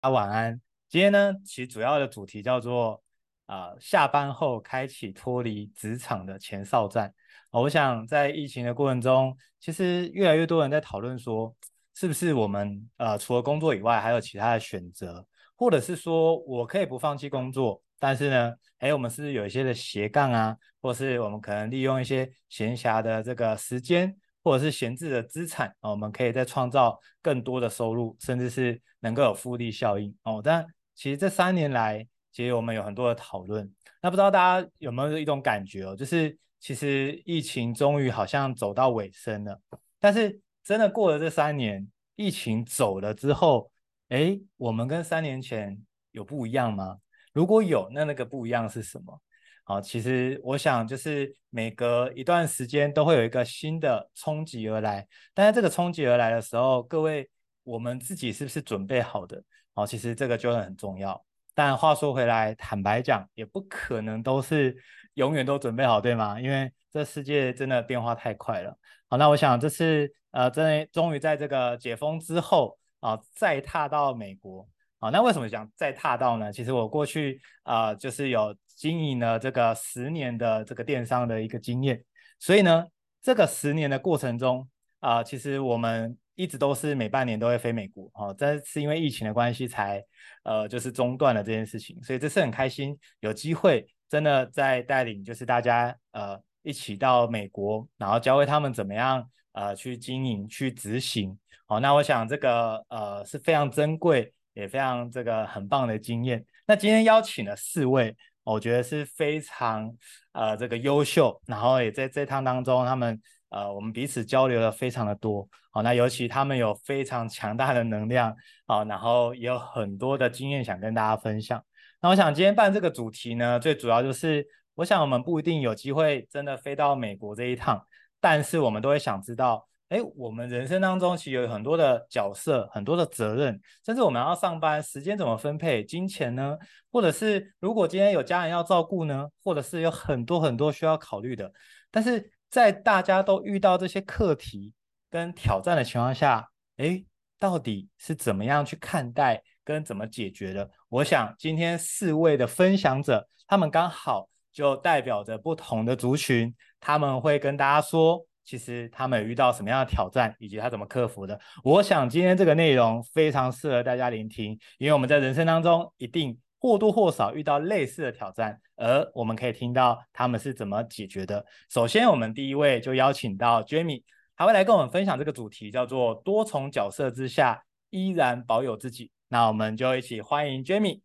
晚安。今天呢，其实主要的主题叫做下班后开启脱离职场的前哨战。我想在疫情的过程中，其实越来越多人在讨论说，是不是我们除了工作以外，还有其他的选择，或者是说我可以不放弃工作，但是呢，我们是不是有一些的斜杠啊，或是我们可能利用一些闲暇的这个时间。或者是闲置的资产我们可以再创造更多的收入，甚至是能够有复利效应但其实这3年来，其实我们有很多的讨论。那不知道大家有没有一种感觉就是其实疫情终于好像走到尾声了，但是真的过了这3年，疫情走了之后，我们跟3年前有不一样吗？如果有，那个不一样是什么？好，其实我想就是每隔一段时间都会有一个新的冲击而来，但是这个冲击而来的时候，各位我们自己是不是准备好的？好，其实这个就很重要。但话说回来，坦白讲，也不可能都是永远都准备好，对吗？因为这世界真的变化太快了。好，那我想这次真的终于在这个解封之后再踏到美国。那为什么讲再踏到呢？其实我过去就是有经营了这个10年的这个电商的一个经验，所以呢，这个10年的过程中其实我们一直都是每半年都会飞美国这是因为疫情的关系才就是中断了这件事情，所以这是很开心有机会真的在带领就是大家一起到美国，然后教会他们怎么样去经营去执行。那我想这个是非常珍贵也非常这个很棒的经验。那今天邀请了4位，我觉得是非常这个优秀，然后也在这趟当中，他们我们彼此交流的非常的多。那尤其他们有非常强大的能量然后也有很多的经验想跟大家分享。那我想今天办这个主题呢，最主要就是我想我们不一定有机会真的飞到美国这一趟，但是我们都会想知道我们人生当中其实有很多的角色，很多的责任，甚至我们要上班，时间怎么分配，金钱呢？或者是如果今天有家人要照顾呢？或者是有很多很多需要考虑的。但是在大家都遇到这些课题跟挑战的情况下，到底是怎么样去看待跟怎么解决的？我想今天4位的分享者，他们刚好就代表着不同的族群，他们会跟大家说其实他们遇到什么样的挑战，以及他怎么克服的。我想今天这个内容非常适合大家聆听，因为我们在人生当中一定或多或少遇到类似的挑战，而我们可以听到他们是怎么解决的。首先，我们第一位就邀请到 Jamie，他会来跟我们分享这个主题，叫做多重角色之下依然保有自己。那我们就一起欢迎 Jamie。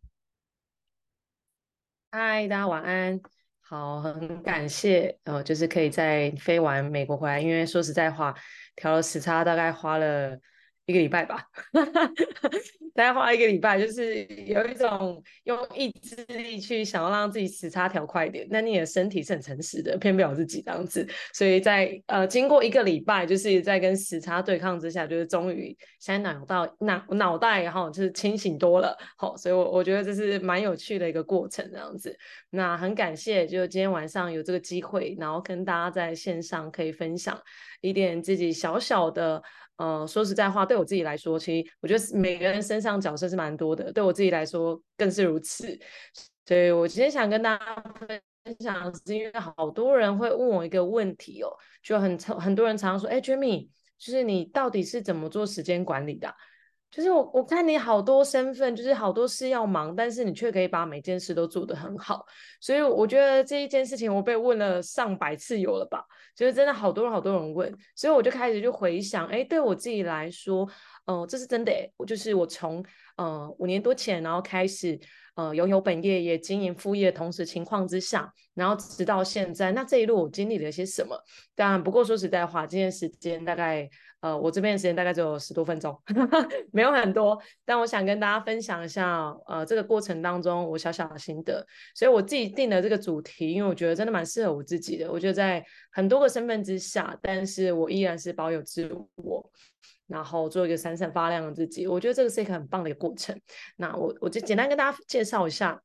嗨，大家晚安。好，很感谢，就是可以再飞完美国回来，因为说实在话，调了时差大概花了1个礼拜吧，大概花了1个礼拜，就是有一种用意志力去想要让自己时差调快一点，但你的身体是很诚实的，骗不了自己这样子，所以在经过1个礼拜，就是在跟时差对抗之下，就是终于现在脑袋然后就是清醒多了，好，所以我觉得这是蛮有趣的一个过程这样子。那很感谢，就今天晚上有这个机会，然后跟大家在线上可以分享一点自己小小的。说实在话，对我自己来说，其实我觉得每个人身上角色是蛮多的，对我自己来说更是如此。所以我今天想跟大家分享，是因为好多人会问我一个问题哦，就很多人常常说，哎，Jamie，就是你到底是怎么做时间管理的啊就是我看你好多身份，就是好多事要忙，但是你却可以把每件事都做得很好，所以我觉得这一件事情我被问了上百次有了吧，就是真的好多人问，所以我就开始就回想，哎，对我自己来说，这是真的诶，就是我从5年多前，然后开始拥有本业也经营副业的同时情况之下，然后直到现在，那这一路我经历了些什么？当然，不过说实在话，这件时间大概我这边的时间大概只有10多分钟，没有很多，但我想跟大家分享一下，这个过程当中我小小的心得。所以我自己定了这个主题，因为我觉得真的蛮适合我自己的。我觉得在很多个身份之下，但是我依然是保有自我，然后做一个闪闪发亮的自己。我觉得这个是一个很棒的一个过程。那我就简单跟大家介绍一下。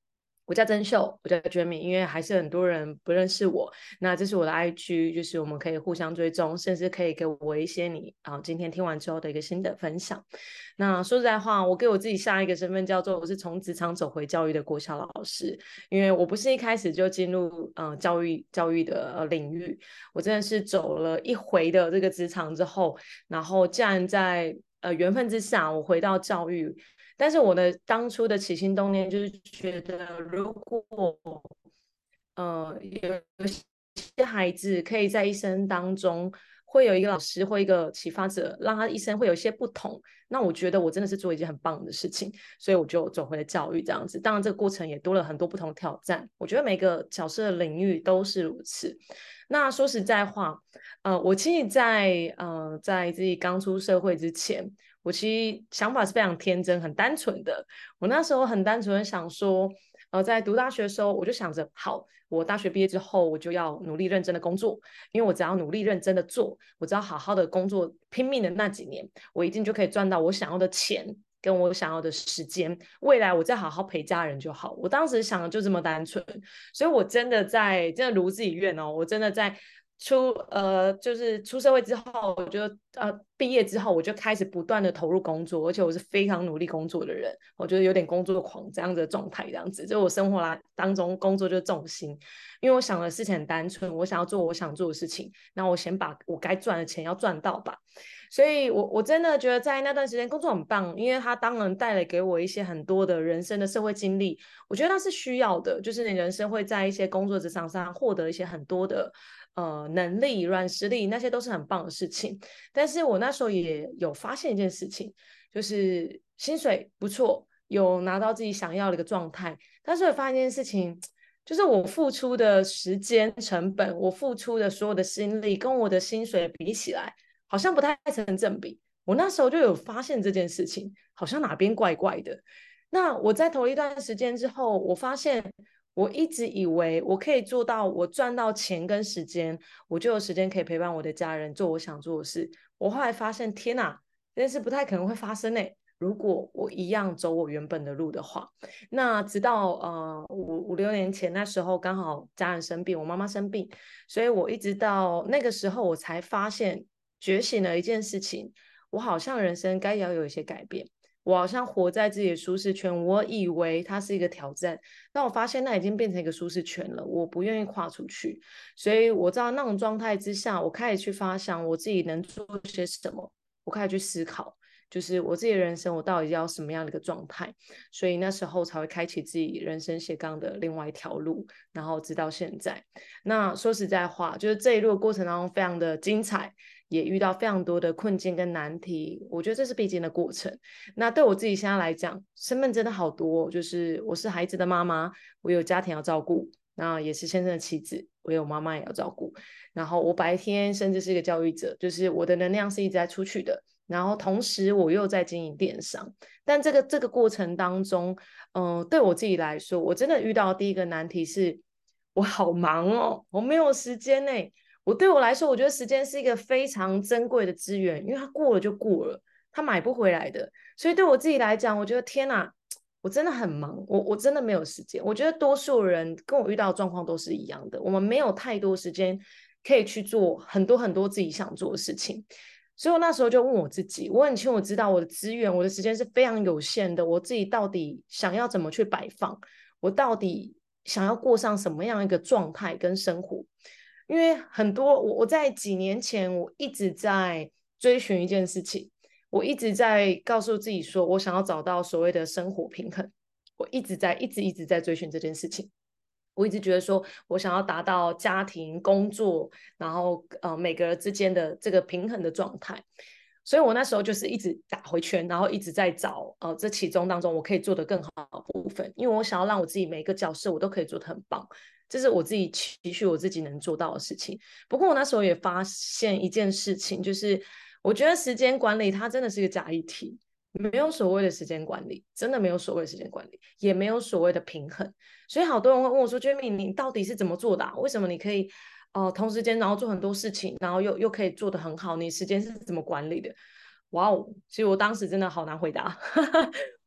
我叫曾秀，我叫 Jamie，因为还是很多人不认识我。那这是我的 IG，就是我们可以互相追踪，甚至可以给我一些你今天听完之后的一个新的分享。那说实在话，我给我自己下一个身份叫做我是从职场走回教育的国小老师，因为我不是一开始就进入教育的领域，我真的是走了一回的这个职场之后，然后竟然在缘分之下，我回到教育。但是我的当初的起心动念就是觉得，如果有些孩子可以在一生当中会有一个老师或一个启发者，让他一生会有一些不同，那我觉得我真的是做一件很棒的事情，所以我就走回了教育这样子。当然，这个过程也多了很多不同的挑战，我觉得每个角色的领域都是如此。那说实在话，我其实在自己刚出社会之前，我其实想法是非常天真、很单纯的。我那时候很单纯的想说，在读大学的时候，我就想着，好，我大学毕业之后，我就要努力认真的工作，因为我只要努力认真的做，我只要好好的工作，拼命的那几年，我一定就可以赚到我想要的钱。跟我想要的时间，未来我再好好陪家人就好。我当时想的就这么单纯，所以我真的如自己愿哦，我真的在就是出社会之后，我就毕业之后，我就开始不断的投入工作，而且我是非常努力工作的人，我觉得有点工作狂这样子的状态，这样子，就我生活当中工作就是重心，因为我想的事情很单纯，我想要做我想做的事情，那我先把我该赚的钱要赚到吧。所以我真的觉得在那段时间工作很棒，因为它当然带来给我一些很多的人生的社会经历，我觉得它是需要的，就是你人生会在一些工作职场上获得一些很多的能力、软实力，那些都是很棒的事情。但是我那时候也有发现一件事情，就是薪水不错，有拿到自己想要的一个状态，但是我发现一件事情。就是我付出的时间成本，我付出的所有的心力，跟我的薪水比起来，好像不太成正比。我那时候就有发现这件事情，好像哪边怪怪的。那我在投一段时间之后，我发现我一直以为我可以做到，我赚到钱跟时间，我就有时间可以陪伴我的家人，做我想做的事。我后来发现，天哪，这件事不太可能会发生诶。如果我一样走我原本的路的话，那直到5、6年前，那时候刚好家人生病，我妈妈生病，所以我一直到那个时候，我才发现觉醒了一件事情，我好像人生该要有一些改变，我好像活在自己的舒适圈，我以为它是一个挑战，但我发现那已经变成一个舒适圈了，我不愿意跨出去，所以我知道那种状态之下，我开始去发想我自己能做些什么，我开始去思考。就是我自己的人生，我到底要什么样的一个状态？所以那时候才会开启自己人生斜杠的另外一条路，然后直到现在。那说实在话，就是这一路的过程当中非常的精彩，也遇到非常多的困境跟难题，我觉得这是必经的过程。那对我自己现在来讲，身份真的好多哦，就是我是孩子的妈妈，我有家庭要照顾，那也是先生的妻子，我有妈妈也要照顾。然后我白天甚至是一个教育者，就是我的能量是一直在出去的。然后同时我又在经营电商，但这个过程当中，对我自己来说，我真的遇到的第一个难题是，我好忙哦，我没有时间呢。对我来说，我觉得时间是一个非常珍贵的资源，因为它过了就过了，它买不回来的。所以对我自己来讲，我觉得天哪，我真的很忙，我真的没有时间。我觉得多数人跟我遇到的状况都是一样的，我们没有太多时间可以去做很多很多自己想做的事情。所以我那时候就问我自己，我很清楚知道我的资源、我的时间是非常有限的，我自己到底想要怎么去摆放，我到底想要过上什么样一个状态跟生活？因为很多我在几年前，我一直在追寻一件事情，我一直在告诉自己说，我想要找到所谓的生活平衡，我一直在追寻这件事情。我一直觉得说，我想要达到家庭、工作，然后每个人之间的这个平衡的状态。所以我那时候就是一直打回圈，然后一直在找这其中当中我可以做得更好的部分，因为我想要让我自己每一个角色我都可以做得很棒，这是我自己期许我自己能做到的事情。不过我那时候也发现一件事情，就是我觉得时间管理它真的是一个假议题，没有所谓的时间管理，真的没有所谓的时间管理，也没有所谓的平衡。所以好多人会问我说："Jamie，你到底是怎么做的啊？为什么你可以同时间然后做很多事情，然后又可以做得很好？你时间是怎么管理的？"哇哦，其实我当时真的好难回答。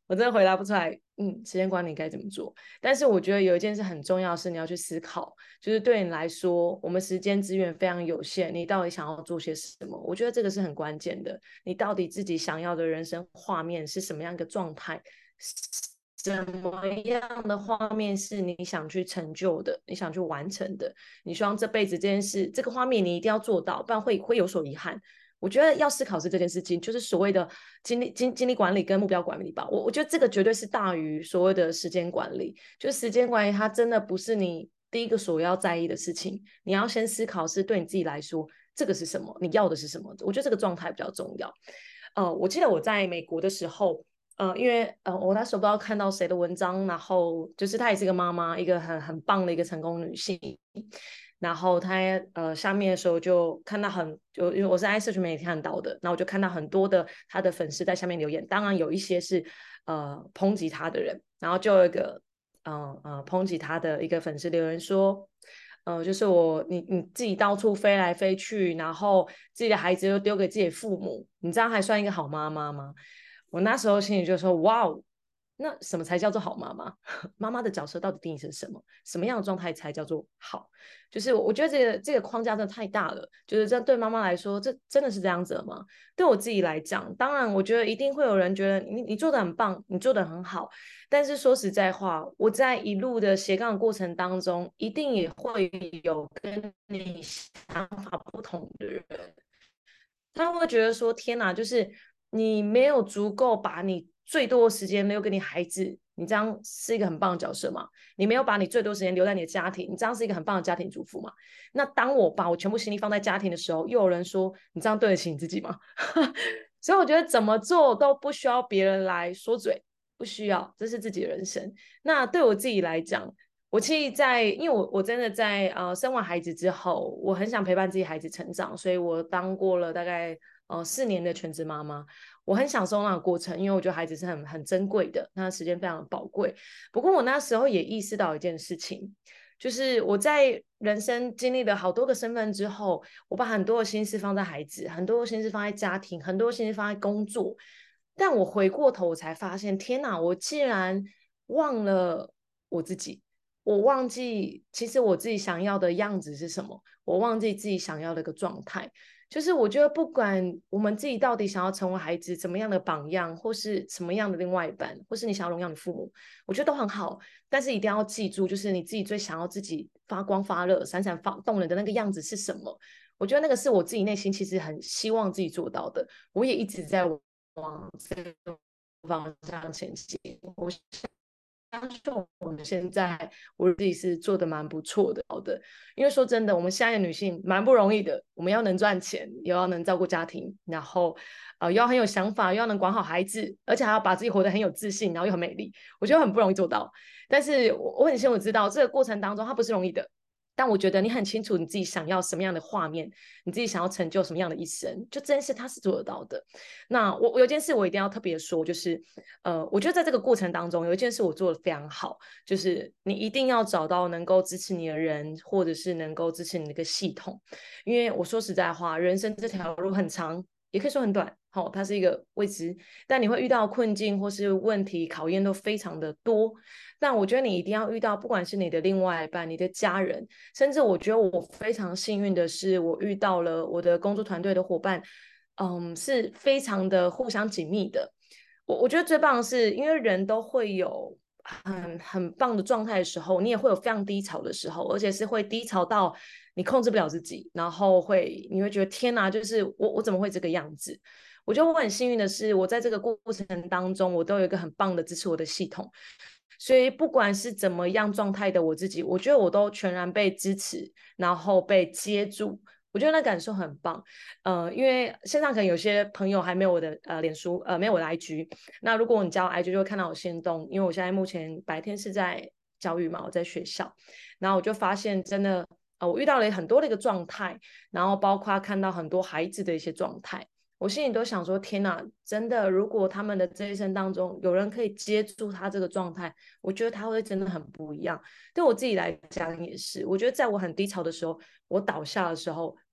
我真的回答不出来，时间管理该怎么做。但是我觉得有一件事很重要，是你要去思考，就是对你来说，我们时间资源非常有限，你到底想要做些什么？我觉得这个是很关键的。你到底自己想要的人生画面是什么样一个状态？什么样的画面是你想去成就的，你想去完成的？你希望这辈子这件事，这个画面你一定要做到，不然会有所遗憾。我觉得要思考是这件事情，就是所谓的精力管理跟目标管理吧。我觉得这个绝对是大于所谓的时间管理。就是时间管理，它真的不是你第一个所要在意的事情。你要先思考是对你自己来说，这个是什么，你要的是什么。我觉得这个状态比较重要。我记得我在美国的时候，因为我那时候不知道看到谁的文章，然后就是她也是个妈妈，一个很棒的一个成功女性。然后她下面的时候就看到因为我是在社群媒体看到的，然后我就看到很多的她的粉丝在下面留言，当然有一些是抨击她的人，然后就有一个抨击她的一个粉丝留言说。就是你自己到处飞来飞去，然后自己的孩子又丢给自己的父母，你这样还算一个好妈妈吗？我那时候心里就说，哇哦，那什么才叫做好妈妈？妈妈的角色到底定义是什么？什么样的状态才叫做好？就是我觉得这个框架真的太大了，就是这对妈妈来说，这真的是这样子的吗？对我自己来讲，当然我觉得一定会有人觉得你做的很棒，你做的很好，但是说实在话，我在一路的斜杠过程当中，一定也会有跟你想法不同的人，他会觉得说：“天哪，就是你没有足够把你最多的时间留给你孩子，你这样是一个很棒的角色嘛？你没有把你最多时间留在你的家庭，你这样是一个很棒的家庭主妇嘛？那当我把我全部心力放在家庭的时候，又有人说你这样对得起你自己吗？所以我觉得怎么做都不需要别人来说嘴，不需要，这是自己的人生。那对我自己来讲，我其实因为我真的在生完孩子之后，我很想陪伴自己孩子成长，所以我当过了大概4年的全职妈妈，我很享受那个过程，因为我觉得孩子是很珍贵的，那时间非常宝贵。不过我那时候也意识到一件事情，就是我在人生经历了好多个身份之后，我把很多的心思放在孩子，很多的心思放在家庭，很多的心思放在工作，但我回过头我才发现，天哪，我竟然忘了我自己。我忘记其实我自己想要的样子是什么，我忘记自己想要的一个状态。就是我觉得不管我们自己到底想要成为孩子怎么样的榜样，或是什么样的另外一半，或是你想要荣耀你父母，我觉得都很好。但是一定要记住，就是你自己最想要自己发光发热、闪闪发动人的那个样子是什么。我觉得那个是我自己内心其实很希望自己做到的，我也一直在往这个方向前进。我相信我们现在我自己是做的蛮不错的，好的。因为说真的，我们现在的女性蛮不容易的，我们要能赚钱，又要能照顾家庭，然后又要很有想法，又要能管好孩子，而且还要把自己活得很有自信，然后又很美丽，我觉得很不容易做到。但是我很清楚知道，这个过程当中它不是容易的。但我觉得你很清楚你自己想要什么样的画面，你自己想要成就什么样的一生，就这件事他是做得到的。那我有件事我一定要特别说，就是我觉得在这个过程当中有一件事我做的非常好，就是你一定要找到能够支持你的人，或者是能够支持你的一个系统。因为我说实在话，人生这条路很长，也可以说很短，好、它是一个未知，但你会遇到困境或是问题、考验都非常的多。但我觉得你一定要遇到，不管是你的另外一半、你的家人，甚至我觉得我非常幸运的是，我遇到了我的工作团队的伙伴，是非常的互相紧密的。我觉得最棒的是，因为人都会有很棒的状态的时候，你也会有非常低潮的时候，而且是会低潮到你控制不了自己，然后你会觉得天哪，就是我怎么会这个样子？我觉得我很幸运的是，我在这个过程当中，我都有一个很棒的支持我的系统，所以不管是怎么样状态的我自己，我觉得我都全然被支持，然后被接住。我觉得那感受很棒，因为线上可能有些朋友还没有我的脸书，没有我的 IG。那如果你加我 IG，就会看到我限动，因为我现在目前白天是在教育嘛，我在学校，然后我就发现真的，我遇到了很多的一个状态，然后包括看到很多孩子的一些状态。我心里都想说，天哪，真的，如果他们的这一生当中有人可以接住他这个状态，我觉得他会真的很不一样。对我自己来讲也是，我觉得在我很低潮的时候，我倒下的时候，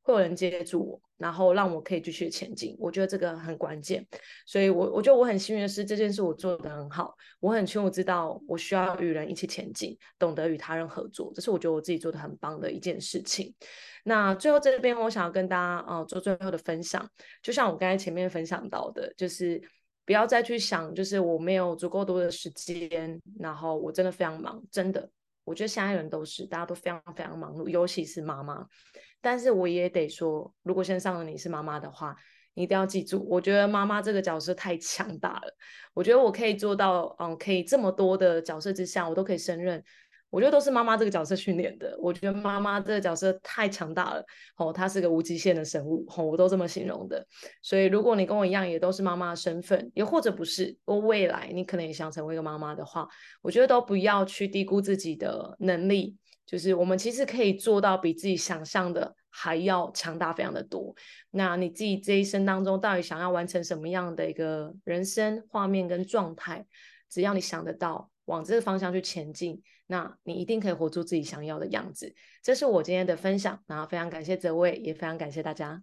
会有人接住我，然后让我可以继续前进。我觉得这个很关键，所以我觉得我很幸运的是这件事我做得很好，我很清楚知道我需要与人一起前进，懂得与他人合作，这是我觉得我自己做的很棒的一件事情。那最后这边我想要跟大家做最后的分享，就像我刚才前面分享到的，就是不要再去想，就是我没有足够多的时间，然后我真的非常忙，真的。我觉得现在人都是，大家都非常非常忙碌，尤其是妈妈。但是我也得说，如果线上的你是妈妈的话，你一定要记住，我觉得妈妈这个角色太强大了。我觉得我可以做到，可以这么多的角色之下，我都可以胜任。我觉得都是妈妈这个角色训练的。我觉得妈妈这个角色太强大了，她是个无极限的生物，我都这么形容的。所以如果你跟我一样，也都是妈妈的身份，也或者不是，未来你可能也想成为一个妈妈的话，我觉得都不要去低估自己的能力。就是我们其实可以做到比自己想象的还要强大非常的多。那你自己这一生当中到底想要完成什么样的一个人生画面跟状态，只要你想得到往这个方向去前进，那你一定可以活出自己想要的样子。这是我今天的分享，然后非常感谢泽卫，也非常感谢大家。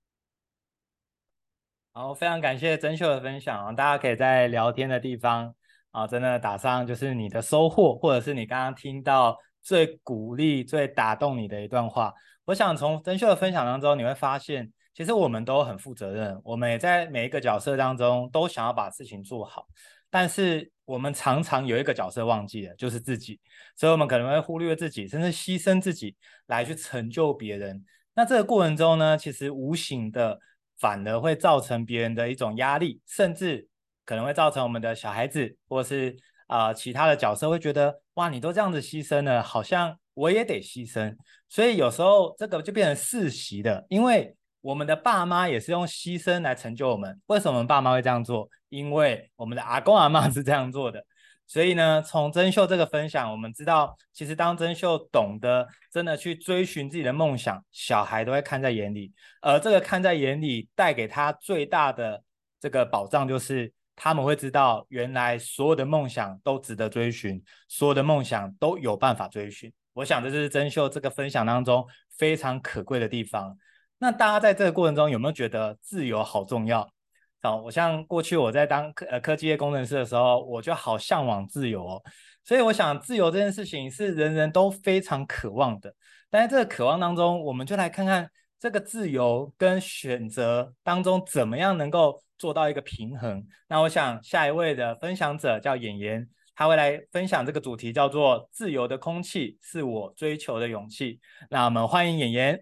好，非常感谢珍秀的分享啊，大家可以在聊天的地方啊，真的打上就是你的收获，或者是你刚刚听到最鼓励、最打动你的一段话。我想从珍秀的分享当中，你会发现，其实我们都很负责任，我们也在每一个角色当中都想要把事情做好，但是我们常常有一个角色忘记了，就是自己，所以我们可能会忽略自己，甚至牺牲自己来去成就别人。那这个过程中呢，其实无形的反而会造成别人的一种压力，甚至可能会造成我们的小孩子或是其他的角色会觉得，哇，你都这样子牺牲了，好像我也得牺牲。所以有时候这个就变成世袭的，因为我们的爸妈也是用牺牲来成就我们。为什么我们爸妈会这样做？因为我们的阿公阿嬷是这样做的。所以呢，从珍秀这个分享，我们知道，其实当珍秀懂得真的去追寻自己的梦想，小孩都会看在眼里。而这个看在眼里，带给他最大的这个保障，就是他们会知道，原来所有的梦想都值得追寻，所有的梦想都有办法追寻。我想这就是珍秀这个分享当中非常可贵的地方。那大家在这个过程中有没有觉得自由好重要？我像过去我在当科技业工程师的时候，我就好向往自由哦。所以我想，自由这件事情是人人都非常渴望的。但在这个渴望当中，我们就来看看这个自由跟选择当中怎么样能够做到一个平衡。那我想下一位的分享者叫演员，他会来分享这个主题，叫做“自由的空气是我追求的勇气”。那我们欢迎演员。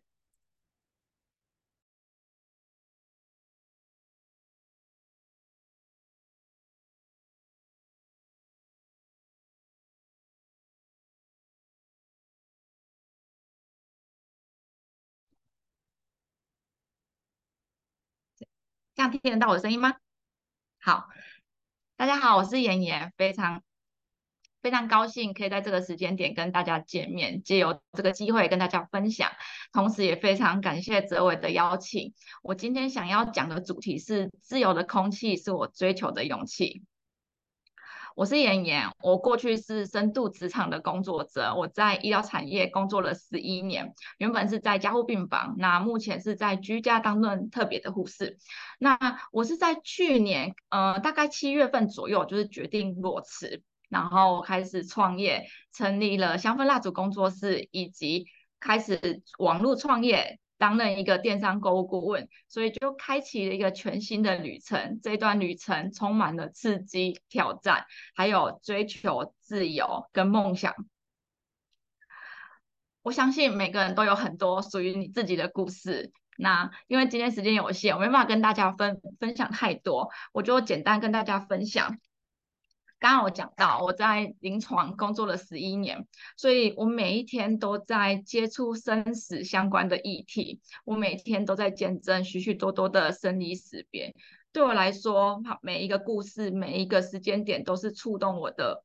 这样听得到我的声音吗？好，大家好，我是妍妍，非常高兴可以在这个时间点跟大家见面，借由这个机会跟大家分享，同时也非常感谢泽伟的邀请。我今天想要讲的主题是自由的空气是我追求的勇气。我是妍妍，我过去是深度职场的工作者，我在医疗产业工作了11年，原本是在加护病房，那目前是在居家担任特别的护士。那我是在去年，大概7月份左右，就是决定裸辞，然后开始创业，成立了香氛蜡烛工作室，以及开始网络创业，担任一个电商购物顾问，所以就开启了一个全新的旅程。这段旅程充满了刺激、挑战，还有追求自由跟梦想。我相信每个人都有很多属于你自己的故事。那因为今天时间有限，我没办法跟大家分享太多，我就简单跟大家分享。刚刚我讲到我在临床工作了11年，所以我每一天都在接触生死相关的议题，我每天都在见证许许多多的生离死别。对我来说，每一个故事，每一个时间点都是触动我的。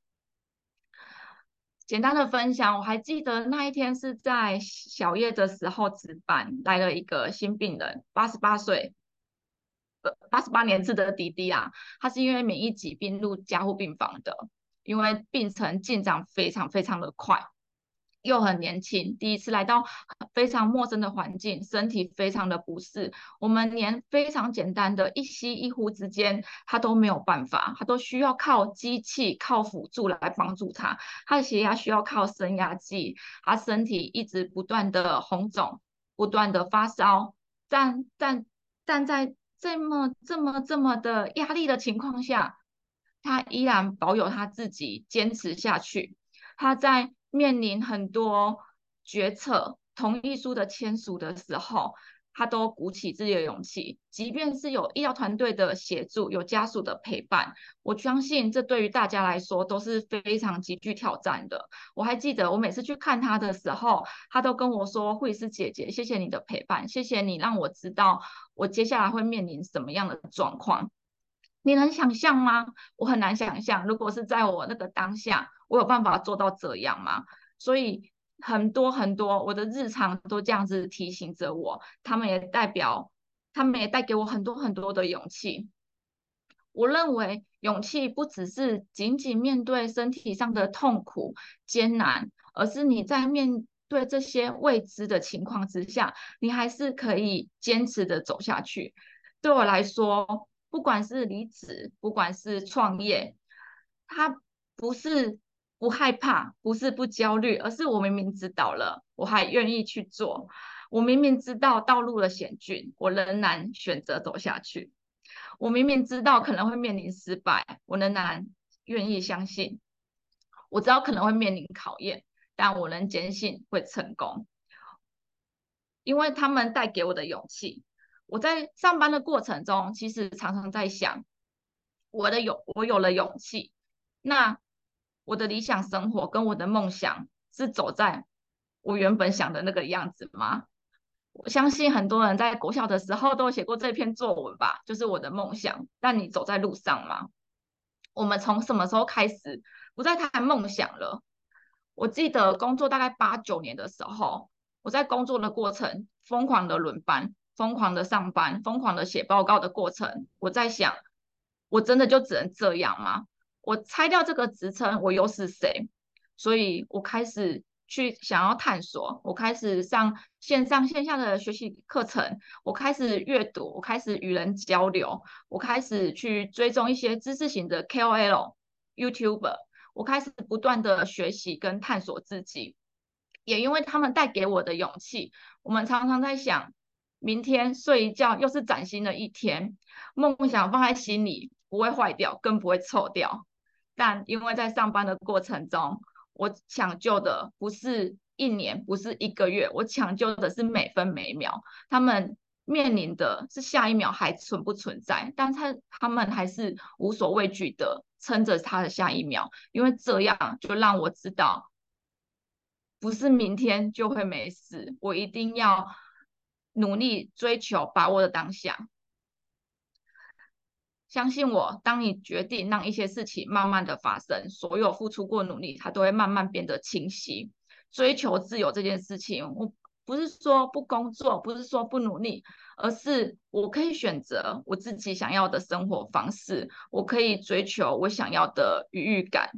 简单的分享，我还记得那一天是在小夜的时候值班，来了一个新病人，88岁，88年次的弟弟啊，他是因为免疫疾病入加护病房的，因为病程进展非常非常的快， 又很年轻，第一次来到非常陌生的环境，身体非常的不适。我们连非常简单的一吸一呼之间，他都没有办法，他都需要靠机器、靠辅助来帮助他。他的血压需要靠升压计，他身体一直不断的红肿，不断的发烧，站在这么的压力的情况下，他依然保有他自己坚持下去。他在面临很多决策、同意书的签署的时候，他都鼓起自己的勇气，即便是有医疗团队的协助，有家属的陪伴，我相信这对于大家来说都是非常极具挑战的。我还记得我每次去看他的时候，他都跟我说：“护士姐姐，谢谢你的陪伴，谢谢你让我知道我接下来会面临什么样的状况。”你能想象吗？我很难想象，如果是在我那个当下，我有办法做到这样吗？所以很多很多我的日常都这样子提醒着我，他们也带给我很多很多的勇气。我认为勇气不只是仅仅面对身体上的痛苦艰难，而是你在面对这些未知的情况之下，你还是可以坚持的走下去。对我来说，不管是离职，不管是创业，它不是不害怕，不是不焦虑，而是我明明知道了，我还愿意去做。我明明知道道路的险峻，我仍然选择走下去。我明明知道可能会面临失败，我仍然愿意相信。我知道可能会面临考验，但我能坚信会成功，因为他们带给我的勇气。我在上班的过程中，其实常常在想，我有了勇气，那我的理想生活跟我的梦想是走在我原本想的那个样子吗？我相信很多人在国小的时候都有写过这篇作文吧，就是我的梦想。但你走在路上吗？我们从什么时候开始不再谈梦想了？我记得工作大概8、9年的时候，我在工作的过程疯狂的轮班，疯狂的上班，疯狂的写报告的过程，我在想，我真的就只能这样吗？我拆掉这个职称，我又是谁？所以我开始去想要探索，我开始上线上线下的学习课程，我开始阅读，我开始与人交流，我开始去追踪一些知识型的 KOL、YouTuber，我开始不断的学习跟探索自己，也因为他们带给我的勇气，我们常常在想，明天睡一觉又是崭新的一天，梦想放在心里不会坏掉，更不会臭掉。但因为在上班的过程中，我抢救的不是1年，不是1个月，我抢救的是每分每秒。他们面临的是下一秒还存不存在，但他们还是无所畏惧的撑着他的下一秒，因为这样就让我知道，不是明天就会没事，我一定要努力追求把握的当下。相信我，当你决定让一些事情慢慢的发生，所有付出过努力，它都会慢慢变得清晰。追求自由这件事情，我不是说不工作，不是说不努力，而是我可以选择我自己想要的生活方式，我可以追求我想要的愉悦感。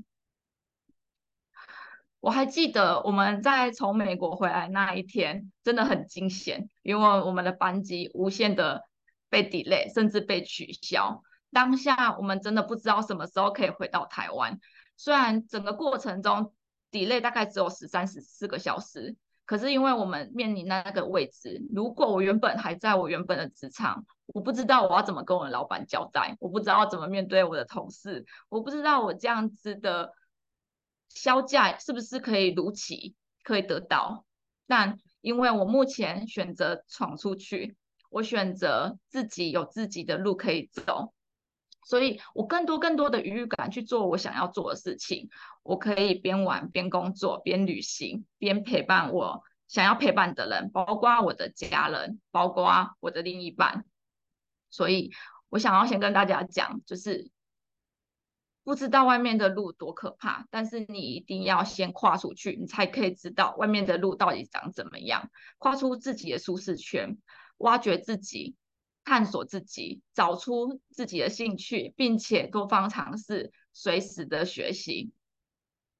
我还记得我们在从美国回来那一天，真的很惊险，因为我们的班机无限的被 delay，甚至被取消。当下我们真的不知道什么时候可以回到台湾。虽然整个过程中 delay 大概只有13、14个小时，可是因为我们面临那个位置，如果我原本还在我原本的职场，我不知道我要怎么跟我的老板交代，我不知道怎么面对我的同事，我不知道我这样子的销价是不是可以如期可以得到。但因为我目前选择闯出去，我选择自己有自己的路可以走，所以我更多的余裕感去做我想要做的事情。我可以边玩边工作，边旅行，边陪伴我想要陪伴的人，包括我的家人，包括我的另一半。所以我想要先跟大家讲，就是不知道外面的路多可怕，但是你一定要先跨出去，你才可以知道外面的路到底长怎么样。跨出自己的舒适圈，挖掘自己，探索自己，找出自己的兴趣，并且多方尝试，随时的学习。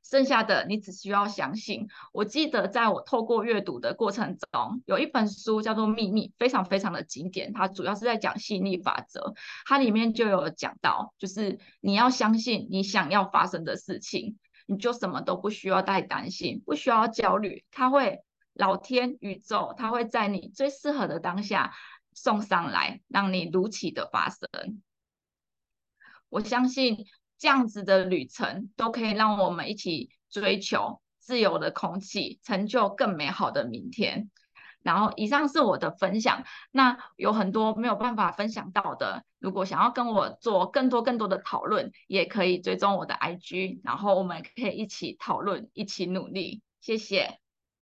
剩下的你只需要相信。我记得在我透过阅读的过程中，有一本书叫做《秘密》，非常非常的经典，它主要是在讲吸引力法则，它里面就有讲到，就是你要相信你想要发生的事情，你就什么都不需要太担心，不需要焦虑，老天宇宙，它会在你最适合的当下送上来，让你如期的发生。我相信这样子的旅程都可以让我们一起追求自由的空气，成就更美好的明天。然后以上是我的分享，那有很多没有办法分享到的，如果想要跟我做更多的讨论，也可以追踪我的 IG，然后我们可以一起讨论，一起努力。谢谢。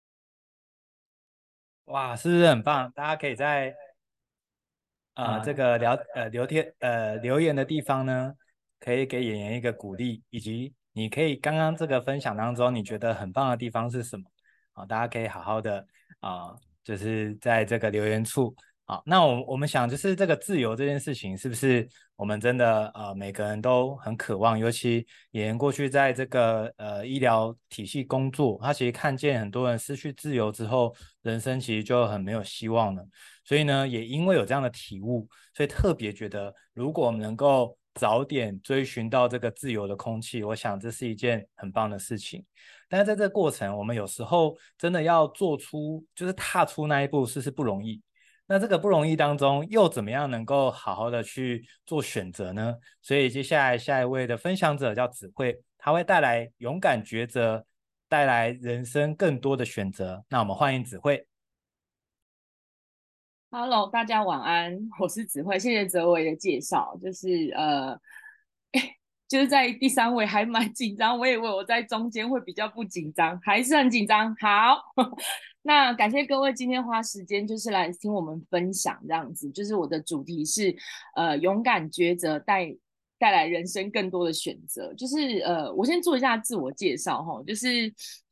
哇，是不是很棒？大家可以在这个留言的地方呢，可以给演员一个鼓励，以及你可以刚刚这个分享当中，你觉得很棒的地方是什么？大家可以好好的就是在这个留言处。那我们想，就是这个自由这件事情，是不是我们真的每个人都很渴望？尤其演员过去在这个医疗体系工作，他其实看见很多人失去自由之后，人生其实就很没有希望了。所以呢，也因为有这样的体悟，所以特别觉得，如果我们能够早点追寻到这个自由的空气，我想这是一件很棒的事情。但是在这个过程，我们有时候真的要做出，就是踏出那一步，是不容易。那这个不容易当中，又怎么样能够好好的去做选择呢？所以接下来下一位的分享者叫子慧，他会带来勇敢抉择，带来人生更多的选择。那我们欢迎子慧。 Hello，大家晚安，我是子慧，谢谢哲维的介绍。就是在第三位还蛮紧张，我以为我在中间会比较不紧张，还是很紧张。好，那感谢各位今天花时间就是来听我们分享这样子，就是我的主题是勇敢抉择带来人生更多的选择。就是我先做一下自我介绍哈，就是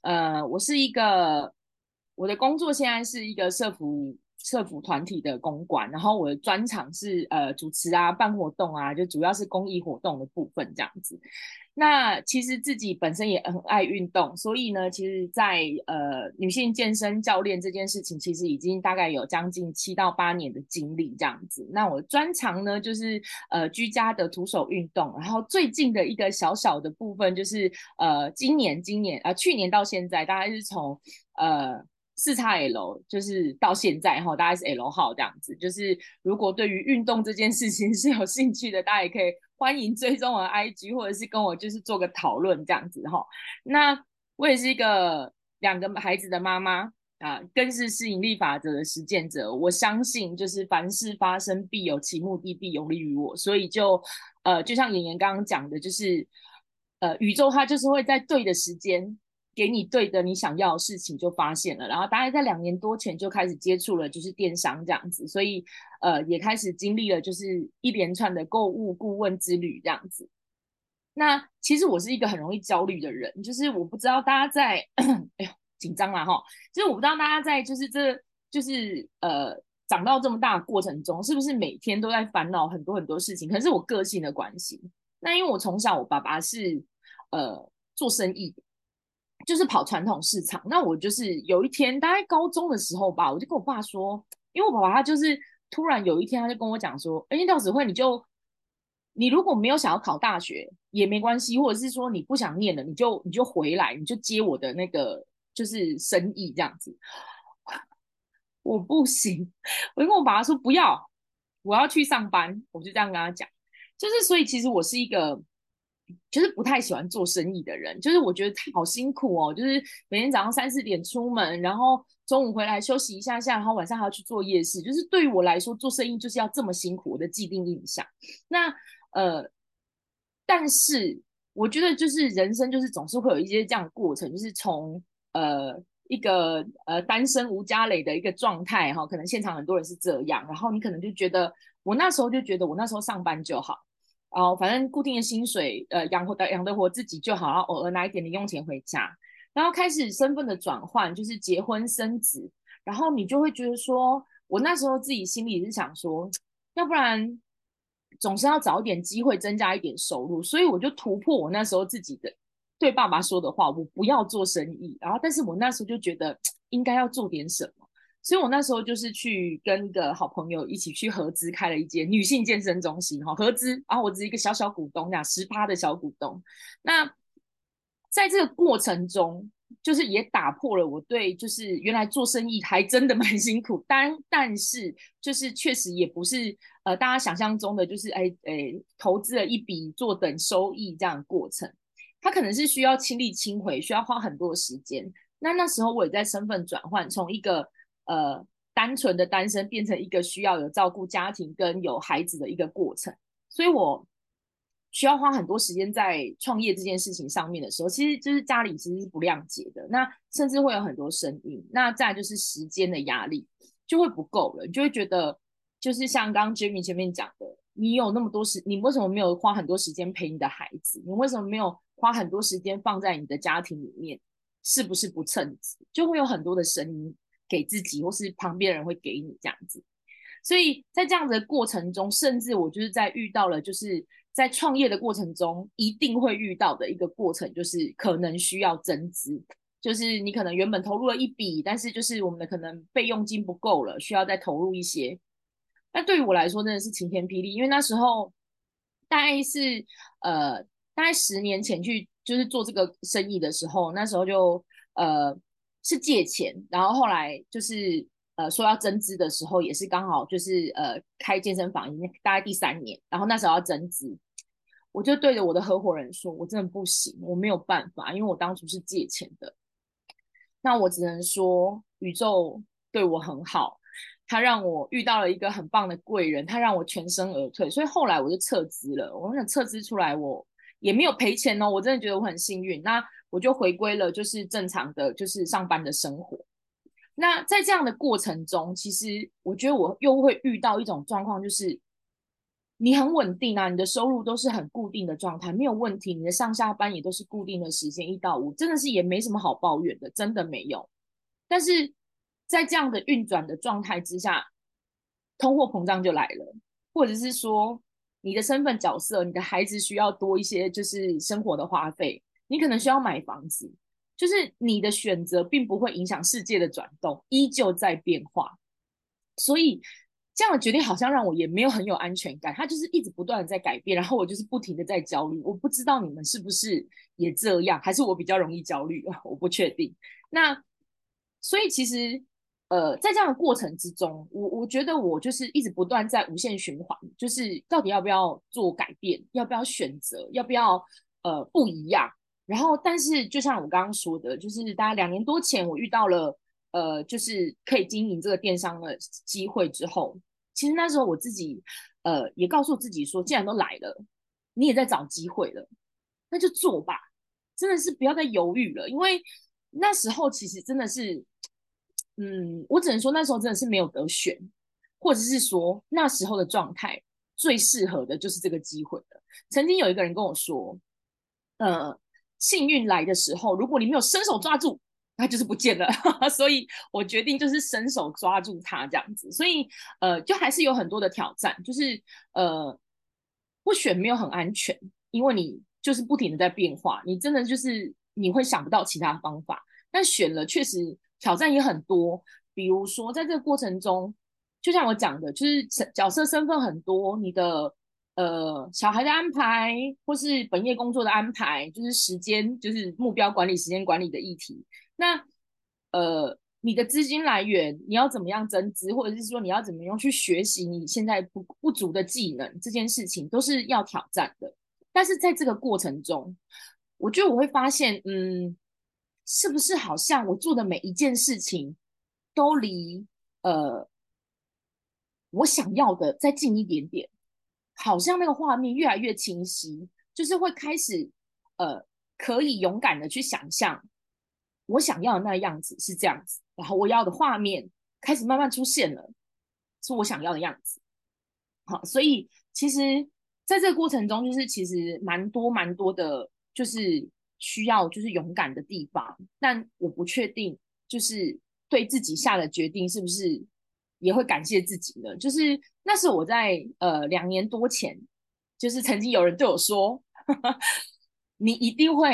我的工作现在是一个社服团体的公关，然后我的专长是主持啊、办活动啊，就主要是公益活动的部分这样子。那其实自己本身也很爱运动，所以呢，其实在女性健身教练这件事情，其实已经大概有将近7到8年的经历这样子。那我专长呢就是居家的徒手运动，然后最近的一个小小的部分就是去年到现在大概是从4XL 就是到现在大概是 L 号这样子。就是如果对于运动这件事情是有兴趣的，大家也可以欢迎追踪我的 IG， 或者是跟我就是做个讨论这样子那我也是一个2个孩子的妈妈更是吸引力法则的实践者。我相信就是凡事发生必有其目的，必有利于我。所以就像妍妍刚刚讲的，就是宇宙它就是会在对的时间给你对的你想要的事情就发现了。然后大概在2年多前就开始接触了就是电商这样子，所以也开始经历了就是一连串的购物顾问之旅这样子。那其实我是一个很容易焦虑的人，就是我不知道大家在哎呦紧张啦就是我不知道大家在长到这么大的过程中，是不是每天都在烦恼很多很多事情？可能是我个性的关系。那因为我从小我爸爸是做生意，就是跑传统市场。那我就是有一天大概高中的时候吧，我就跟我爸说，因为我爸爸他就是突然有一天他就跟我讲说，廖子慧，你如果没有想要考大学也没关系，或者是说你不想念了，你就回来，你就接我的那个就是生意这样子。我不行，我就跟我爸爸说不要，我要去上班，我就这样跟他讲。就是所以其实我是一个就是不太喜欢做生意的人，就是我觉得好辛苦哦，就是每天早上3、4点出门，然后中午回来休息一下下，然后晚上还要去做夜市。就是对于我来说，做生意就是要这么辛苦，我的既定印象。那但是我觉得就是人生就是总是会有一些这样的过程，就是从一个单身无家累的一个状态可能现场很多人是这样，然后你可能就觉得我那时候上班就好，反正固定的薪水养得活自己就好，然后偶尔拿一点零用钱回家，然后开始身份的转换，就是结婚生子，然后你就会觉得说，我那时候自己心里是想说，要不然总是要找一点机会增加一点收入，所以我就突破我那时候自己的对爸爸说的话，我不要做生意。然后，但是我那时候就觉得应该要做点什么，所以我那时候就是去跟一个好朋友一起去合资开了一间女性健身中心，合资，然后我只是一个小小股东，这样10%的小股东。那在这个过程中，就是也打破了我对就是原来做生意还真的蛮辛苦，但是就是确实也不是大家想象中的就是投资了一笔坐等收益这样的过程，它可能是需要亲力亲为，需要花很多的时间。那时候我也在身份转换，从一个单纯的单身变成一个需要有照顾家庭跟有孩子的一个过程，所以我需要花很多时间在创业这件事情上面的时候，其实就是家里其实是不谅解的，那甚至会有很多声音，那再来就是时间的压力就会不够了，你就会觉得就是像刚刚 Jamie 前面讲的，你有那么多你为什么没有花很多时间陪你的孩子？你为什么没有花很多时间放在你的家庭里面？是不是不称职？就会有很多的声音给自己，或是旁边人会给你这样子。所以在这样的过程中，甚至我就是在遇到了，就是在创业的过程中一定会遇到的一个过程，就是可能需要增资，就是你可能原本投入了一笔，但是就是我们的可能备用金不够了，需要再投入一些。那对于我来说真的是晴天霹雳，因为那时候大概是大概10年前去就是做这个生意的时候，那时候就是借钱，然后后来就是说要增资的时候，也是刚好就是开健身房已经大概第3年，然后那时候要增资，我就对着我的合伙人说，我真的不行，我没有办法，因为我当初是借钱的，那我只能说宇宙对我很好，他让我遇到了一个很棒的贵人，他让我全身而退，所以后来我就撤资了。我想撤资出来，我也没有赔钱哦，我真的觉得我很幸运。那我就回归了就是正常的就是上班的生活。那在这样的过程中，其实我觉得我又会遇到一种状况，就是你很稳定啊，你的收入都是很固定的状态，没有问题，你的上下班也都是固定的时间1到5，真的是也没什么好抱怨的，真的没有。但是在这样的运转的状态之下，通货膨胀就来了，或者是说你的身份角色，你的孩子需要多一些就是生活的花费，你可能需要买房子，就是你的选择并不会影响世界的转动，依旧在变化。所以这样的决定好像让我也没有很有安全感，它就是一直不断的在改变，然后我就是不停的在焦虑。我不知道你们是不是也这样，还是我比较容易焦虑，我不确定。那所以其实在这样的过程之中，我觉得我就是一直不断在无限循环，就是到底要不要做改变，要不要选择，要不要不一样。然后，但是就像我刚刚说的，就是大概2年多前，我遇到了就是可以经营这个电商的机会之后，其实那时候我自己也告诉自己说，既然都来了，你也在找机会了，那就做吧，真的是不要再犹豫了，因为那时候其实真的是，我只能说那时候真的是没有得选，或者是说那时候的状态最适合的就是这个机会了。曾经有一个人跟我说，幸运来的时候，如果你没有伸手抓住，它就是不见了。所以我决定就是伸手抓住它这样子。所以就还是有很多的挑战，就是不选没有很安全，因为你就是不停的在变化，你真的就是你会想不到其他方法。但选了确实挑战也很多，比如说在这个过程中，就像我讲的，就是角色身份很多，你的小孩的安排，或是本业工作的安排，就是时间，就是目标管理、时间管理的议题。那你的资金来源，你要怎么样增资，或者是说你要怎么样去学习你现在不足的技能，这件事情都是要挑战的。但是在这个过程中，我觉得我会发现，是不是好像我做的每一件事情都离我想要的再近一点点，好像那个画面越来越清晰，就是会开始可以勇敢的去想象我想要的那个样子是这样子，然后我要的画面开始慢慢出现了，是我想要的样子。好，所以其实在这个过程中，就是其实蛮多的，就是需要就是勇敢的地方，但我不确定就是对自己下的决定是不是也会感谢自己呢？就是那是我在2年多前，就是曾经有人对我说，你一定会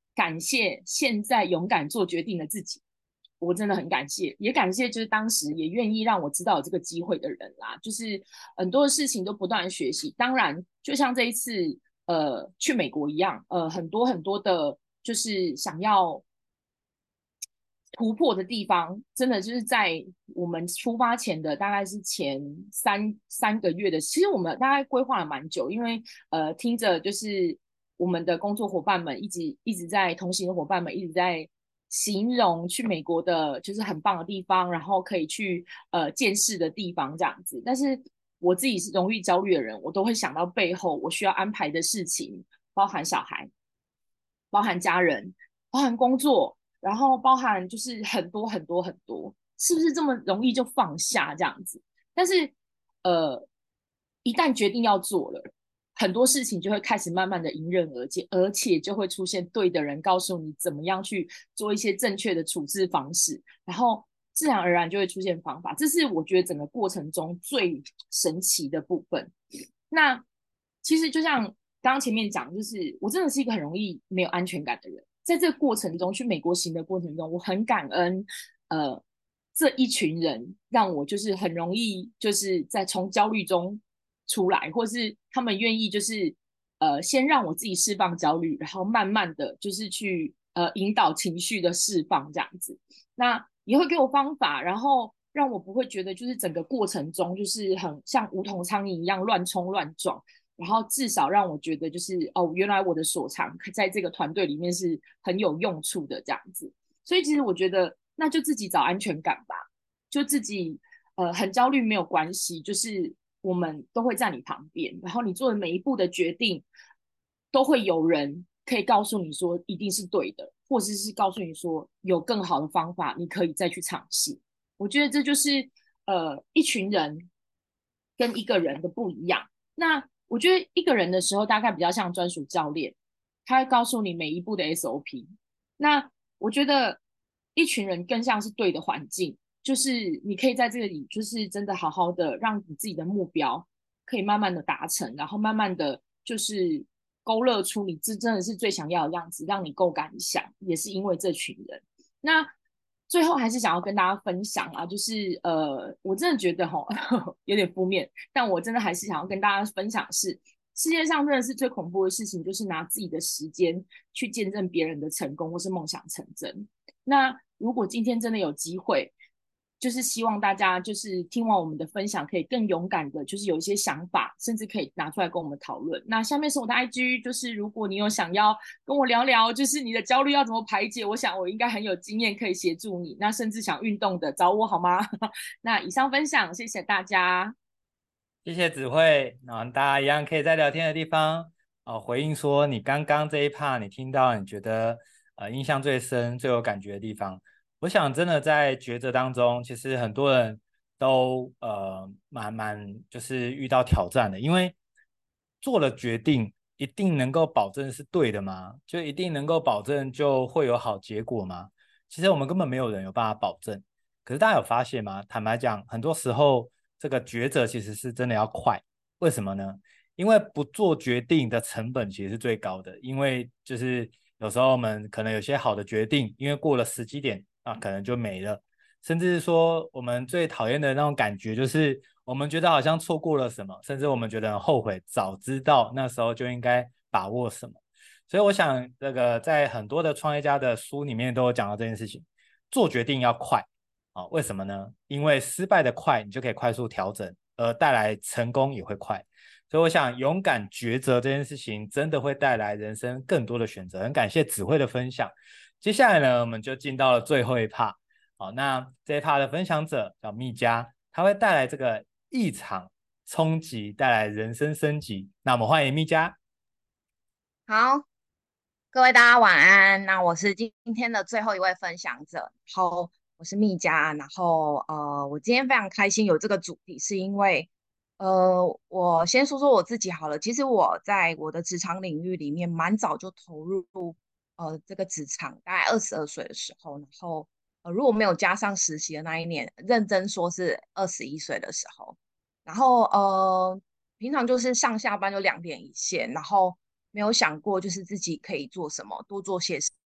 感谢现在勇敢做决定的自己。我真的很感谢，也感谢就是当时也愿意让我知道有这个机会的人啦。就是很多的事情都不断的学习，当然就像这一次去美国一样，很多很多的，就是想要突破的地方，真的就是在我们出发前的大概是前三个月的，其实我们大概规划了蛮久，因为听着就是我们的工作伙伴们一直在同行的伙伴们一直在形容去美国的就是很棒的地方，然后可以去见识的地方这样子。但是我自己是容易焦虑的人，我都会想到背后我需要安排的事情，包含小孩，包含家人，包含工作。然后包含就是很多很多很多，是不是这么容易就放下这样子？但是一旦决定要做了，很多事情就会开始慢慢的迎刃而解，而且就会出现对的人告诉你怎么样去做一些正确的处置方式，然后自然而然就会出现方法。这是我觉得整个过程中最神奇的部分。那其实就像刚刚前面讲，就是我真的是一个很容易没有安全感的人。在这个过程中，去美国行的过程中，我很感恩，这一群人让我就是很容易就是在从焦虑中出来，或是他们愿意就是先让我自己释放焦虑，然后慢慢的就是去引导情绪的释放这样子。那也会给我方法，然后让我不会觉得就是整个过程中就是很像无头苍蝇一样乱冲乱撞。然后至少让我觉得就是哦，原来我的所长在这个团队里面是很有用处的这样子。所以其实我觉得那就自己找安全感吧，就自己很焦虑没有关系，就是我们都会在你旁边，然后你做的每一步的决定都会有人可以告诉你说一定是对的，或者是告诉你说有更好的方法，你可以再去尝试。我觉得这就是一群人跟一个人的不一样。那我觉得一个人的时候，大概比较像专属教练，他会告诉你每一步的 SOP。那我觉得一群人更像是对的环境，就是你可以在这里，就是真的好好的让你自己的目标可以慢慢的达成，然后慢慢的就是勾勒出你真的是最想要的样子，让你够敢想，也是因为这群人。那最后还是想要跟大家分享啊，就是我真的觉得吼有点负面，但我真的还是想要跟大家分享是，世界上真的是最恐怖的事情，就是拿自己的时间去见证别人的成功或是梦想成真。那如果今天真的有机会，就是希望大家就是听完我们的分享，可以更勇敢的，就是有一些想法，甚至可以拿出来跟我们讨论。那下面是我的 IG，就是如果你有想要跟我聊聊，就是你的焦虑要怎么排解，我想我应该很有经验可以协助你。那甚至想运动的，找我好吗？那以上分享，谢谢大家。 谢谢子慧，那大家一样可以在聊天的地方回应说你刚刚这一 part 你听到你觉得印象最深、最有感觉的地方。我想真的在抉择当中，其实很多人都就是遇到挑战的，因为做了决定一定能够保证是对的吗？就一定能够保证就会有好结果吗？其实我们根本没有人有办法保证。可是大家有发现吗？坦白讲，很多时候这个抉择其实是真的要快。为什么呢？因为不做决定的成本其实是最高的。因为就是有时候我们可能有些好的决定，因为过了时机点可能就没了。甚至是说我们最讨厌的那种感觉，就是我们觉得好像错过了什么，甚至我们觉得很后悔，早知道那时候就应该把握什么。所以我想，这个在很多的创业家的书里面都有讲到这件事情，做决定要快。为什么呢？因为失败的快，你就可以快速调整，而带来成功也会快。所以我想，勇敢抉择这件事情，真的会带来人生更多的选择。很感谢子慧的分享。接下来呢，我们就进到了最后一 part。好，那这一 part 的分享者叫蜜佳，他会带来这个一场冲击，带来人生升级。那我们欢迎蜜佳。 好，各位大家晚安。那我是今天的最后一位分享者，然后我是蜜佳。然后我今天非常开心有这个主题，是因为我先说说我自己好了。其实我在我的职场领域里面蛮早就投入这个职场，大概22岁的时候，然后如果没有加上实习的那一年，认真说是21岁的时候。然后平常就是上下班就2点一线，然后没有想过就是自己可以做什么，多做些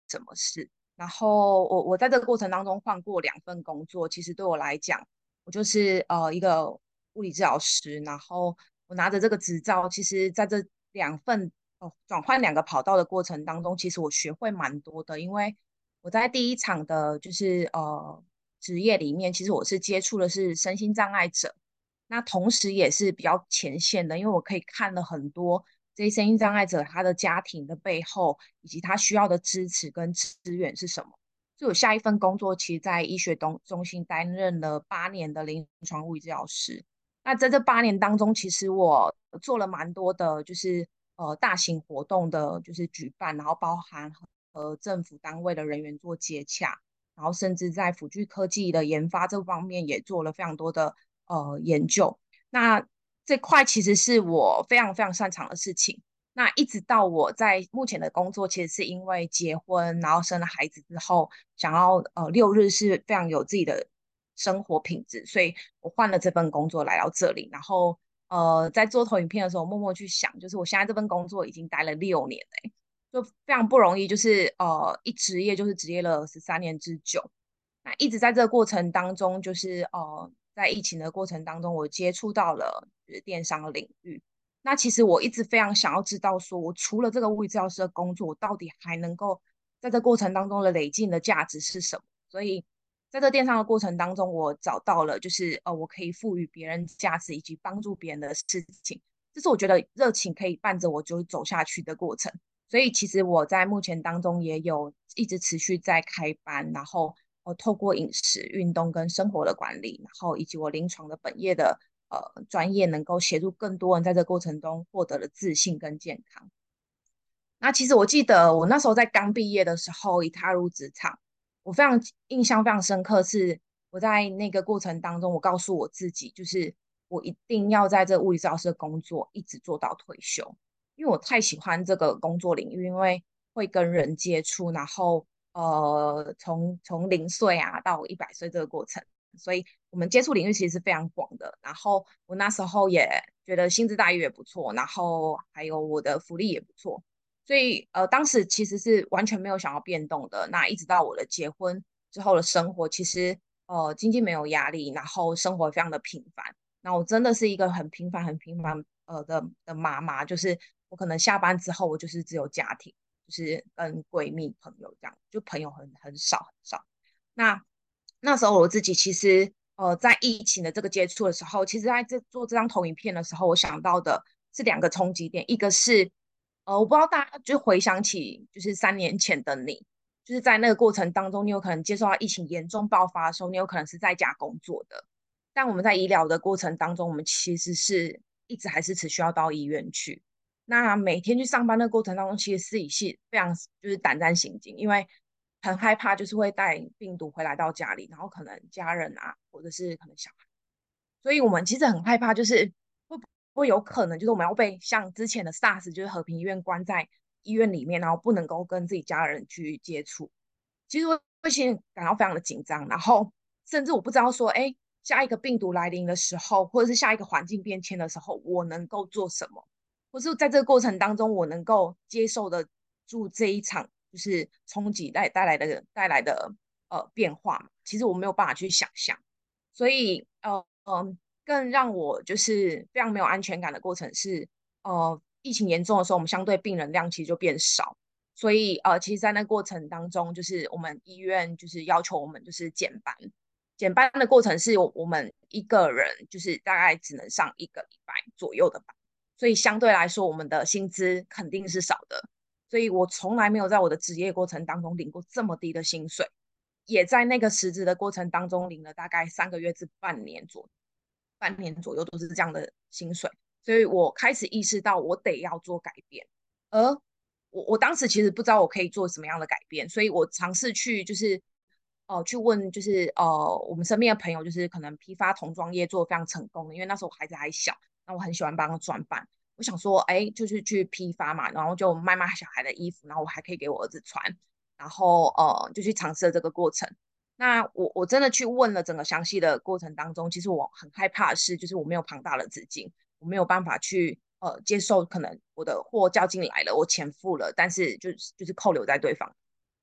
什么事。然后我在这个过程当中换过2份工作，其实对我来讲，我就是一个物理治疗师，然后我拿着这个执照，其实在这2份转换2个跑道的过程当中，其实我学会蛮多的，因为我在第一场的就是职业里面，其实我是接触的是身心障碍者，那同时也是比较前线的，因为我可以看了很多这些身心障碍者他的家庭的背后，以及他需要的支持跟资源是什么。所以我下一份工作，其实在医学中心担任了8年的临床物理治疗师。那在这8年当中，其实我做了蛮多的，就是大型活动的，就是举办，然后包含和政府单位的人员做接洽，然后甚至在辅具科技的研发这方面也做了非常多的研究。那这块其实是我非常非常擅长的事情。那一直到我在目前的工作，其实是因为结婚，然后生了孩子之后，想要6日是非常有自己的生活品质，所以我换了这份工作来到这里。然后在做投影片的时候，默默去想，就是我现在这份工作已经待了6年了，就非常不容易，就是一职业就是职业了13年之久。那一直在这个过程当中，就是在疫情的过程当中，我接触到了就是电商的领域。那其实我一直非常想要知道，说我除了这个物理治疗师的工作，我到底还能够在这过程当中的累积的价值是什么？所以在这电商的过程当中，我找到了就是我可以赋予别人价值以及帮助别人的事情，这是我觉得热情可以伴着我就走下去的过程。所以其实我在目前当中也有一直持续在开班，然后透过饮食、运动跟生活的管理，然后以及我临床的本业的专业，能够协助更多人在这个过程中获得了自信跟健康。那其实我记得我那时候在刚毕业的时候，一踏入职场，我非常印象非常深刻，是我在那个过程当中，我告诉我自己，就是我一定要在这物理治疗师的工作一直做到退休，因为我太喜欢这个工作领域，因为会跟人接触，然后从0岁啊到100岁这个过程，所以我们接触领域其实是非常广的。然后我那时候也觉得薪资待遇也不错，然后还有我的福利也不错。所以当时其实是完全没有想要变动的。那一直到我的结婚之后的生活，其实经济没有压力，然后生活非常的平凡。那我真的是一个很平凡、很平凡的妈妈，就是我可能下班之后，我就是只有家庭，就是跟闺蜜朋友这样，就朋友很少很少。那时候我自己其实在疫情的这个接触的时候，其实在做这张投影片的时候，我想到的是2个冲击点，一个是我不知道大家就回想起，就是3年前的你，就是在那个过程当中，你有可能接受到疫情严重爆发的时候，你有可能是在家工作的。但我们在医疗的过程当中，我们其实是一直还是持续要到医院去。那每天去上班的过程当中，其实自己是非常就是胆战心惊，因为很害怕就是会带病毒回来到家里，然后可能家人啊，或者是可能小孩，所以我们其实很害怕，就是会不会有可能就是我们要被像之前的 SARS，就是和平医院关在医院里面，然后不能够跟自己家人去接触。其实会先感到非常的紧张，然后甚至我不知道说，哎，下一个病毒来临的时候，或者是下一个环境变迁的时候，我能够做什么，或是在这个过程当中，我能够接受得住这一场就是冲击带来的变化嘛？其实我没有办法去想象，所以更让我就是非常没有安全感的过程是，疫情严重的时候，我们相对病人量其实就变少。所以其实，在那过程当中，就是我们医院就是要求我们就是减班，减班的过程是我们一个人就是大概只能上1个礼拜左右的班，所以相对来说，我们的薪资肯定是少的。所以我从来没有在我的职业过程当中领过这么低的薪水，也在那个辞职的过程当中领了大概3个月至半年左右都是这样的薪水，所以我开始意识到我得要做改变，而我当时其实不知道我可以做什么样的改变，所以我尝试去就是去问就是我们身边的朋友，就是可能批发童装业做的非常成功的，因为那时候我孩子还小，那我很喜欢帮他转版，我想说哎就是去批发嘛，然后就卖小孩的衣服，然后我还可以给我儿子穿，然后就去尝试了这个过程。那我真的去问了整个详细的过程当中，其实我很害怕的是，就是我没有庞大的资金，我没有办法去接受可能我的货交进来了，我钱付了，但是就是扣留在对方，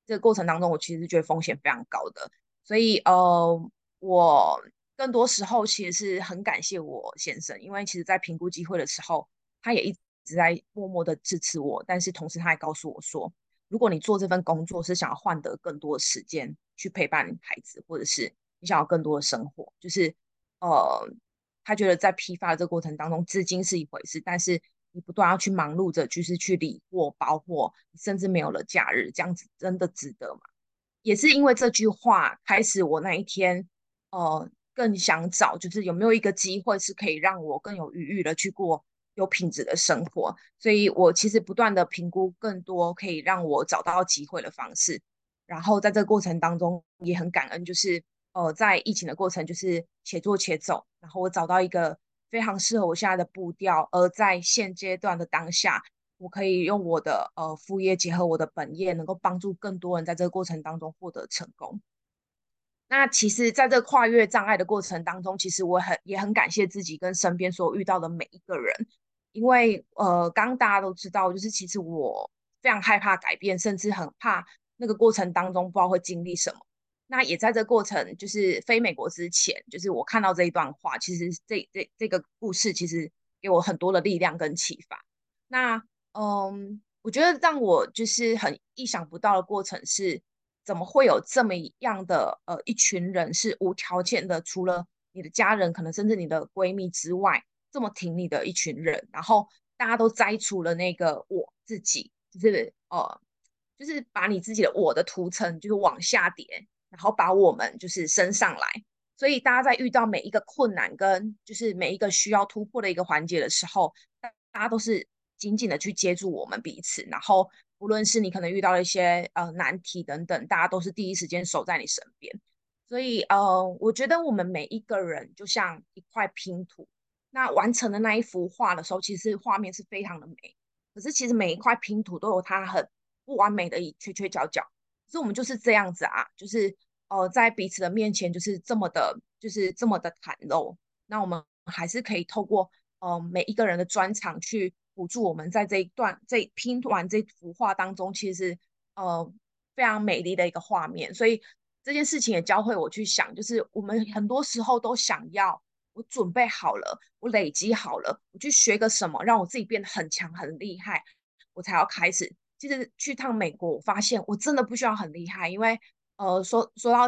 这个过程当中，我其实是觉得风险非常高的。所以我更多时候其实是很感谢我先生，因为其实在评估机会的时候，他也一直在默默的支持我，但是同时他还告诉我说，如果你做这份工作是想要换得更多的时间去陪伴孩子，或者是你想要更多的生活，就是呃，他觉得在批发的这个过程当中，资金是一回事，但是你不断要去忙碌着，就是去理货、包货，甚至没有了假日，这样子真的值得吗？也是因为这句话，开始我那一天，更想找，就是有没有一个机会是可以让我更有余裕的去过有品质的生活。所以我其实不断的评估更多可以让我找到机会的方式。然后在这个过程当中也很感恩，就是在疫情的过程，就是且做且走，然后我找到一个非常适合我现在的步调，而在现阶段的当下，我可以用我的副业结合我的本业，能够帮助更多人在这个过程当中获得成功。那其实，在这跨越障碍的过程当中，其实也很感谢自己跟身边所有遇到的每一个人，因为刚刚大家都知道，就是其实我非常害怕改变，甚至很怕那个过程当中不知道会经历什么。那也在这过程，就是飞美国之前，就是我看到这一段话，其实这个故事其实给我很多的力量跟启发。那我觉得让我就是很意想不到的过程是，怎么会有这么样的一群人是无条件的，除了你的家人，可能甚至你的闺蜜之外，这么挺你的一群人，然后大家都摘除了那个我自己，就是把你自己的我的图层就是往下跌，然后把我们就是升上来。所以大家在遇到每一个困难跟就是每一个需要突破的一个环节的时候，大家都是紧紧的去接住我们彼此，然后无论是你可能遇到了一些难题等等，大家都是第一时间守在你身边。所以我觉得我们每一个人就像一块拼图，那完成的那一幅画的时候，其实画面是非常的美。可是其实每一块拼图都有它很不完美的缺缺角角，可是我们就是这样子啊，就是在彼此的面前就是这么的袒露。那我们还是可以透过每一个人的专长去辅助我们在这拼完这幅画当中，其实非常美丽的一个画面。所以这件事情也教会我去想，就是我们很多时候都想要我准备好了，我累积好了，我去学个什么，让我自己变得很强很厉害，我才要开始。其实去趟美国，我发现我真的不需要很厉害，因为说到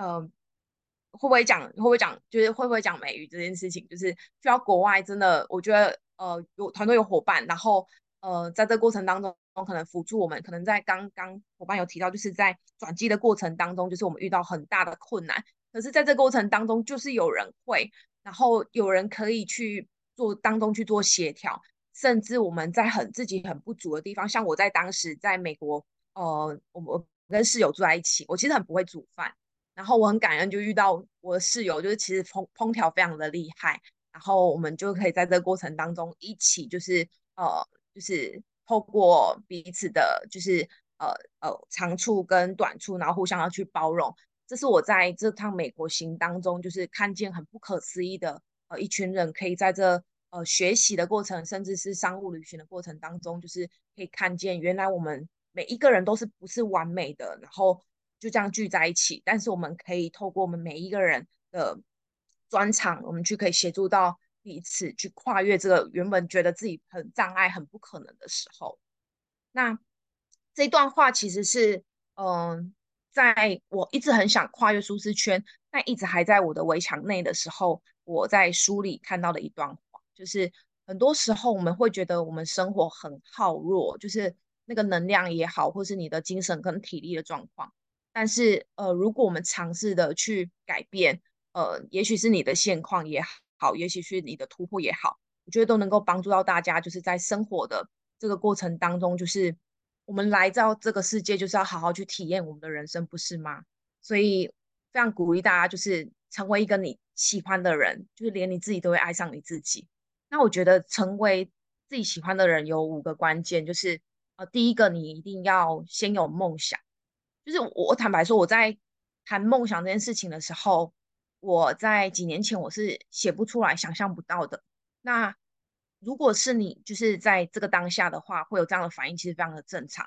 就是会不会讲美语这件事情，就是去到国外真的，我觉得有团队有伙伴，然后在这个过程当中可能辅助我们，可能在刚刚伙伴有提到，就是在转机的过程当中，就是我们遇到很大的困难，可是在这个过程当中，就是有人会，然后有人可以去去做协调，甚至我们在自己很不足的地方，像我在当时在美国，我跟室友住在一起，我其实很不会煮饭。然后我很感恩，就遇到我的室友，就是其实烹调非常的厉害，然后我们就可以在这个过程当中一起，就是透过彼此的，就是长处跟短处，然后互相要去包容。这是我在这趟美国行当中，就是看见很不可思议的一群人，可以在这学习的过程，甚至是商务旅行的过程当中，就是可以看见原来我们每一个人都是不是完美的，然后就这样聚在一起，但是我们可以透过我们每一个人的专长，我们去可以协助到彼此去跨越这个原本觉得自己很障碍、很不可能的时候。那这段话其实是，在我一直很想跨越舒适圈，但一直还在我的围墙内的时候，我在书里看到的一段话，就是很多时候我们会觉得我们生活很耗弱，就是那个能量也好，或是你的精神跟体力的状况。但是如果我们尝试的去改变，也许是你的现况也好，也许是你的突破也好，我觉得都能够帮助到大家，就是在生活的这个过程当中，就是我们来到这个世界，就是要好好去体验我们的人生，不是吗？所以非常鼓励大家，就是成为一个你喜欢的人，就是连你自己都会爱上你自己。那我觉得成为自己喜欢的人有5个关键，就是第一个你一定要先有梦想。就是我坦白说，我在谈梦想这件事情的时候，我在几年前我是写不出来、想象不到的。那如果是你，就是在这个当下的话，会有这样的反应，其实非常的正常。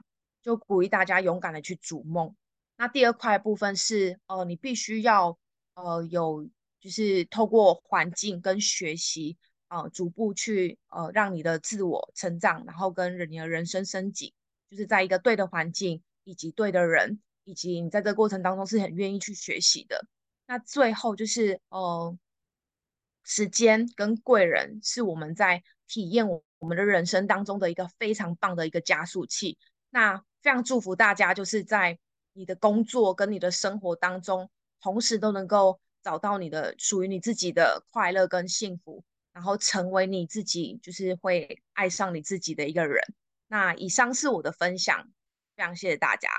就鼓励大家勇敢的去逐梦。那第二块部分是，你必须要有就是透过环境跟学习，逐步去让你的自我成长，然后跟你的人生升级，就是在一个对的环境以及对的人，以及你在这个过程当中是很愿意去学习的。那最后就是时间跟贵人是我们在体验我们的人生当中的一个非常棒的一个加速器。那非常祝福大家，就是在你的工作跟你的生活当中，同时都能够找到你的属于你自己的快乐跟幸福，然后成为你自己，就是会爱上你自己的一个人。那以上是我的分享，非常谢谢大家。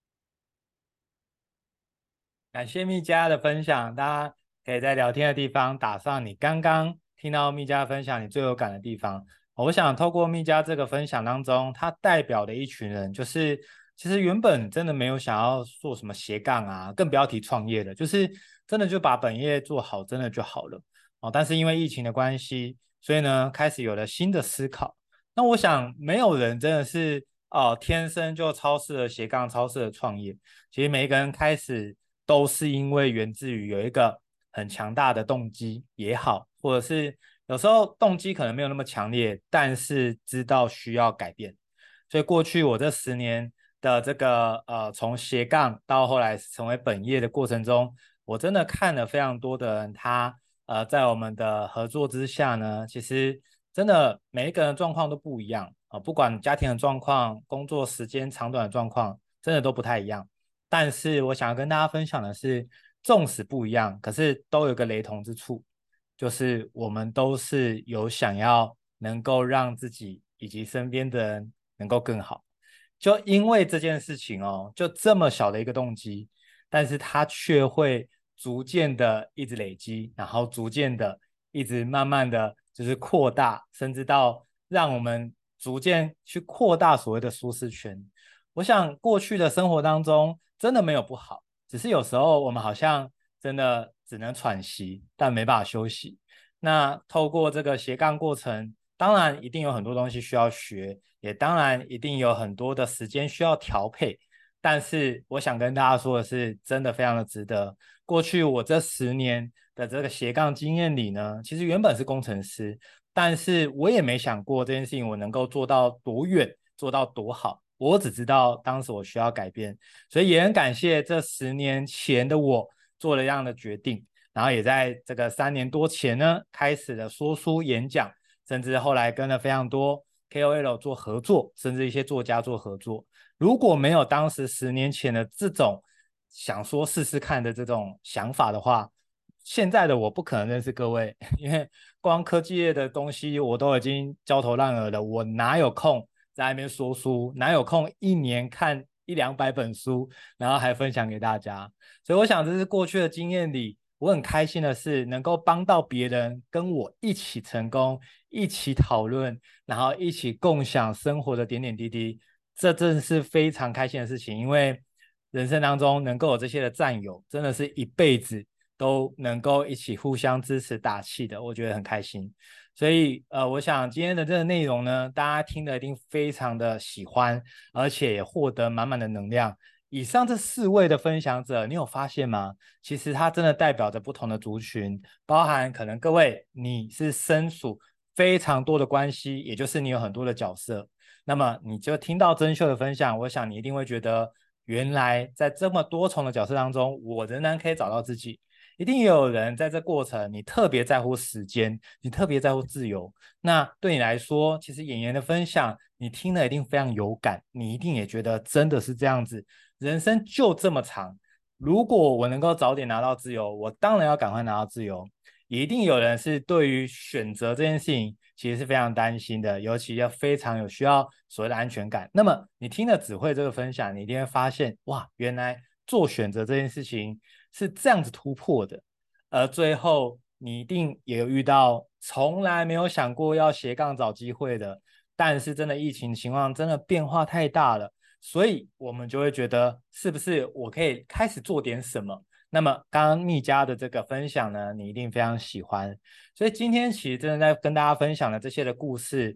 感谢蜜佳的分享，大家可以在聊天的地方打上你刚刚听到蜜佳分享你最有感的地方。我想透过蜜佳这个分享当中，它代表的一群人，就是其实原本真的没有想要做什么斜杠啊，更不要提创业的，就是真的就把本业做好，真的就好了。但是因为疫情的关系，所以呢开始有了新的思考。那我想没有人真的是天生就超适合斜杠、超适合创业。其实每一个人开始都是因为源自于有一个很强大的动机也好，或者是有时候动机可能没有那么强烈，但是知道需要改变。所以过去我这10年的这个从斜杠到后来成为本业的过程中，我真的看了非常多的人，他在我们的合作之下呢，其实真的每一个人状况都不一样不管家庭的状况、工作时间长短的状况，真的都不太一样。但是我想要跟大家分享的是，纵使不一样，可是都有个雷同之处，就是我们都是有想要能够让自己以及身边的人能够更好。就因为这件事情就这么小的一个动机，但是它却会逐渐的一直累积，然后逐渐的一直慢慢的就是扩大，甚至到让我们逐渐去扩大所谓的舒适圈。我想过去的生活当中真的没有不好，只是有时候我们好像真的只能喘息，但没办法休息。那透过这个斜杠过程，当然一定有很多东西需要学，也当然一定有很多的时间需要调配。但是我想跟大家说的是，真的非常的值得。过去我这10年的这个斜杠经验里呢，其实原本是工程师，但是我也没想过这件事情我能够做到多远，做到多好。我只知道当时我需要改变，所以也很感谢这10年前的我做了这样的决定，然后也在这个3年多前呢，开始了说书演讲，甚至后来跟了非常多 KOL 做合作，甚至一些作家做合作。如果没有当时10年前的这种想说试试看的这种想法的话，现在的我不可能认识各位，因为光科技业的东西我都已经焦头烂额了，我哪有空在那边说书，哪有空一年看100-200本书，然后还分享给大家。所以我想这是过去的经验里，我很开心的是能够帮到别人跟我一起成功，一起讨论，然后一起共享生活的点点滴滴，这真的是非常开心的事情。因为人生当中能够有这些的战友，真的是一辈子都能够一起互相支持打气的，我觉得很开心。所以我想今天的这个内容呢，大家听得一定非常的喜欢，而且也获得满满的能量。以上这4位的分享者，你有发现吗？其实它真的代表着不同的族群，包含可能各位你是身属非常多的关系，也就是你有很多的角色。那么你就听到珍秀的分享，我想你一定会觉得，原来在这么多重的角色当中，我仍然可以找到自己。一定也有人在这过程，你特别在乎时间，你特别在乎自由。那对你来说，其实演员的分享，你听了一定非常有感，你一定也觉得真的是这样子。人生就这么长，如果我能够早点拿到自由，我当然要赶快拿到自由。也一定有人是对于选择这件事情其实是非常担心的，尤其要非常有需要所谓的安全感。那么你听了子慧这个分享，你一定会发现，哇，原来做选择这件事情是这样子突破的。而最后你一定也有遇到从来没有想过要斜杠找机会的，但是真的疫情情况真的变化太大了，所以我们就会觉得是不是我可以开始做点什么。那么刚刚蜜佳的这个分享呢，你一定非常喜欢。所以今天其实真的在跟大家分享的这些的故事，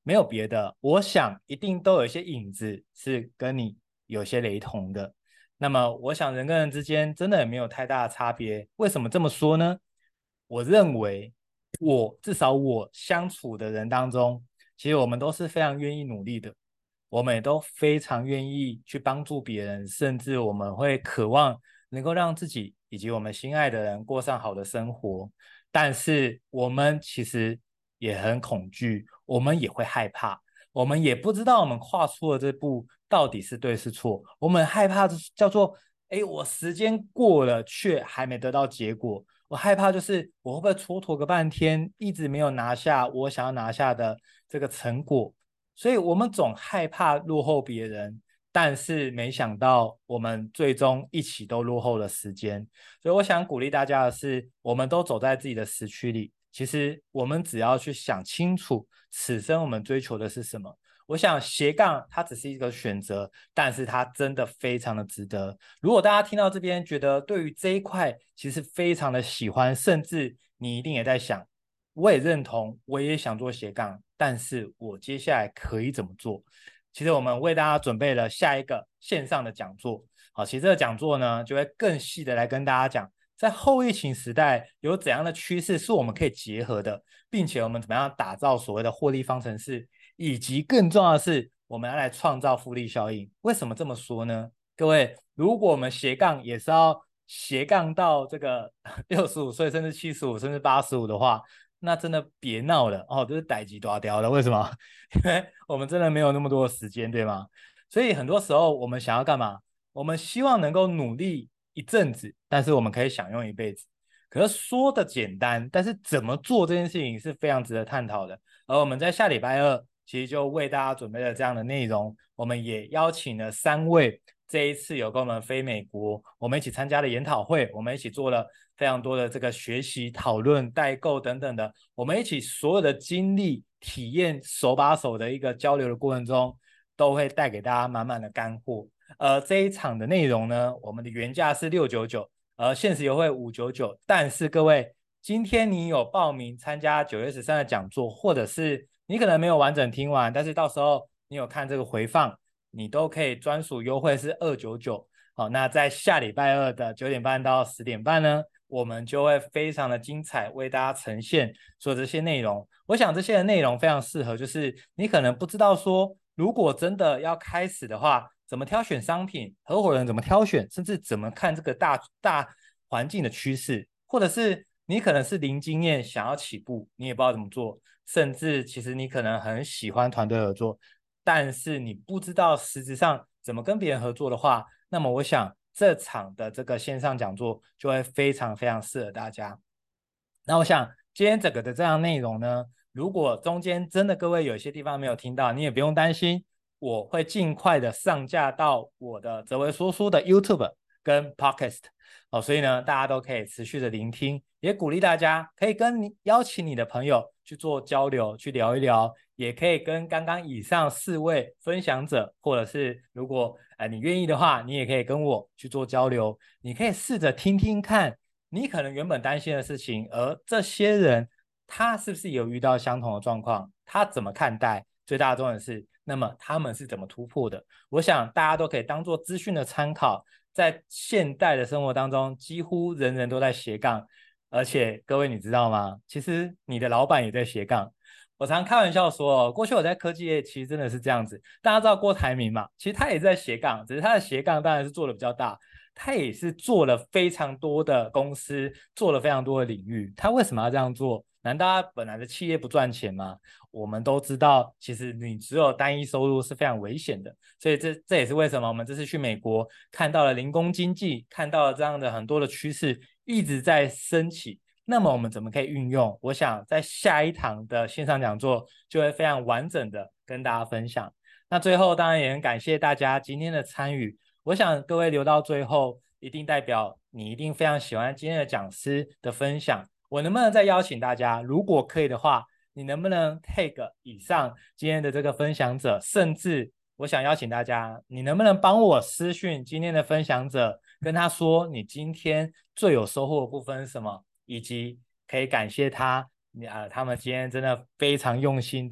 没有别的，我想一定都有一些影子是跟你有些雷同的。那么我想人跟人之间真的也没有太大的差别。为什么这么说呢？我认为至少我相处的人当中，其实我们都是非常愿意努力的，我们也都非常愿意去帮助别人，甚至我们会渴望能够让自己以及我们心爱的人过上好的生活。但是我们其实也很恐惧，我们也会害怕，我们也不知道我们跨出的这步到底是对是错。我们害怕叫做，我时间过了却还没得到结果。我害怕就是我会不会蹉跎个半天，一直没有拿下我想要拿下的这个成果。所以我们总害怕落后别人，但是没想到我们最终一起都落后了时间。所以我想鼓励大家的是，我们都走在自己的时区里，其实我们只要去想清楚此生我们追求的是什么。我想斜杠它只是一个选择，但是它真的非常的值得。如果大家听到这边觉得对于这一块其实非常的喜欢，甚至你一定也在想，我也认同，我也想做斜杠，但是我接下来可以怎么做？其实我们为大家准备了下一个线上的讲座。好，其实这个讲座呢，就会更细的来跟大家讲，在后疫情时代有怎样的趋势是我们可以结合的，并且我们怎么样打造所谓的获利方程式，以及更重要的是，我们要来创造复利效应。为什么这么说呢？各位，如果我们斜杠也是要斜杠到这个65岁，甚至75，甚至85的话，那真的别闹了哦，这是代际大雕了。为什么？因为我们真的没有那么多的时间，对吗？所以很多时候我们想要干嘛？我们希望能够努力一阵子，但是我们可以享用一辈子。可是说的简单，但是怎么做这件事情是非常值得探讨的。而我们在下礼拜二，其实就为大家准备了这样的内容。我们也邀请了3位，这一次有跟我们飞美国，我们一起参加了研讨会，我们一起做了非常多的这个学习、讨论、代购等等的，我们一起所有的经历、体验、手把手的一个交流的过程中，都会带给大家满满的干货。这一场的内容呢，我们的原价是699，限时优惠599。但是各位，今天你有报名参加9月13的讲座，或者是你可能没有完整听完，但是到时候你有看这个回放，你都可以专属优惠是299。好，那在下礼拜二的9点半到10点半呢，我们就会非常的精彩，为大家呈现所有这些内容。我想这些的内容非常适合，就是你可能不知道说，如果真的要开始的话，怎么挑选商品，合伙人怎么挑选，甚至怎么看这个大环境的趋势，或者是你可能是零经验想要起步，你也不知道怎么做，甚至其实你可能很喜欢团队合作，但是你不知道实质上怎么跟别人合作的话，那么我想这场的这个线上讲座就会非常非常适合大家。那我想今天整个的这样内容呢，如果中间真的各位有一些地方没有听到，你也不用担心，我会尽快的上架到我的泽维说书的 YouTube 跟 Podcast。所以呢，大家都可以持续的聆听，也鼓励大家可以邀请你的朋友去做交流，去聊一聊，也可以跟刚刚以上4位分享者，或者是如果你愿意的话，你也可以跟我去做交流，你可以试着听听看你可能原本担心的事情，而这些人他是不是有遇到相同的状况，他怎么看待，最大的重点是那么他们是怎么突破的。我想大家都可以当做资讯的参考，在现代的生活当中几乎人人都在斜杠，而且各位你知道吗，其实你的老板也在斜杠。我常开玩笑说，过去我在科技业其实真的是这样子，大家知道郭台铭嘛，其实他也在斜杠，只是他的斜杠当然是做的比较大，他也是做了非常多的公司，做了非常多的领域。他为什么要这样做？难道他本来的企业不赚钱吗？我们都知道，其实你只有单一收入是非常危险的。所以这也是为什么我们这次去美国看到了零工经济，看到了这样的很多的趋势一直在升起。那么我们怎么可以运用？我想在下一堂的线上讲座就会非常完整的跟大家分享。那最后当然也很感谢大家今天的参与。我想各位留到最后，一定代表你一定非常喜欢今天的讲师的分享。我能不能再邀请大家，如果可以的话，你能不能 take 以上今天的这个分享者，甚至我想邀请大家，你能不能帮我私讯今天的分享者，跟他说你今天最有收获的部分是什么，以及可以感谢他们今天真的非常用心的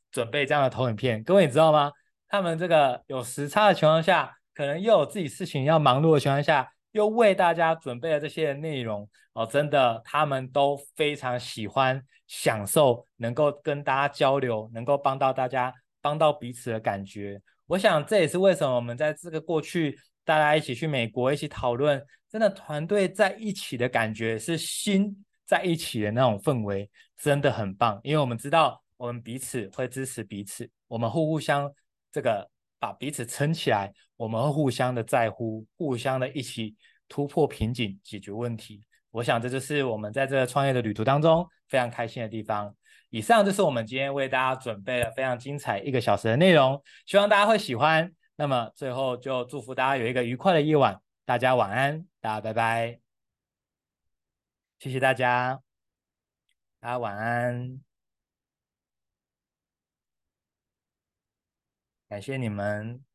准备这样的投影片。各位你知道吗？他们这个有时差的情况下，可能又有自己事情要忙碌的情况下，又为大家准备了这些内容哦，真的他们都非常喜欢享受能够跟大家交流，能够帮到大家帮到彼此的感觉。我想这也是为什么我们在这个过去大家一起去美国一起讨论，真的团队在一起的感觉是心在一起的那种氛围真的很棒，因为我们知道我们彼此会支持彼此，我们互相这个把彼此撑起来，我们会互相的在乎，互相的一起突破瓶颈，解决问题。我想这就是我们在这个创业的旅途当中非常开心的地方。以上就是我们今天为大家准备了非常精彩1个小时的内容，希望大家会喜欢。那么最后就祝福大家有一个愉快的夜晚，大家晚安，大家拜拜，谢谢大家，大家晚安，感谢你们。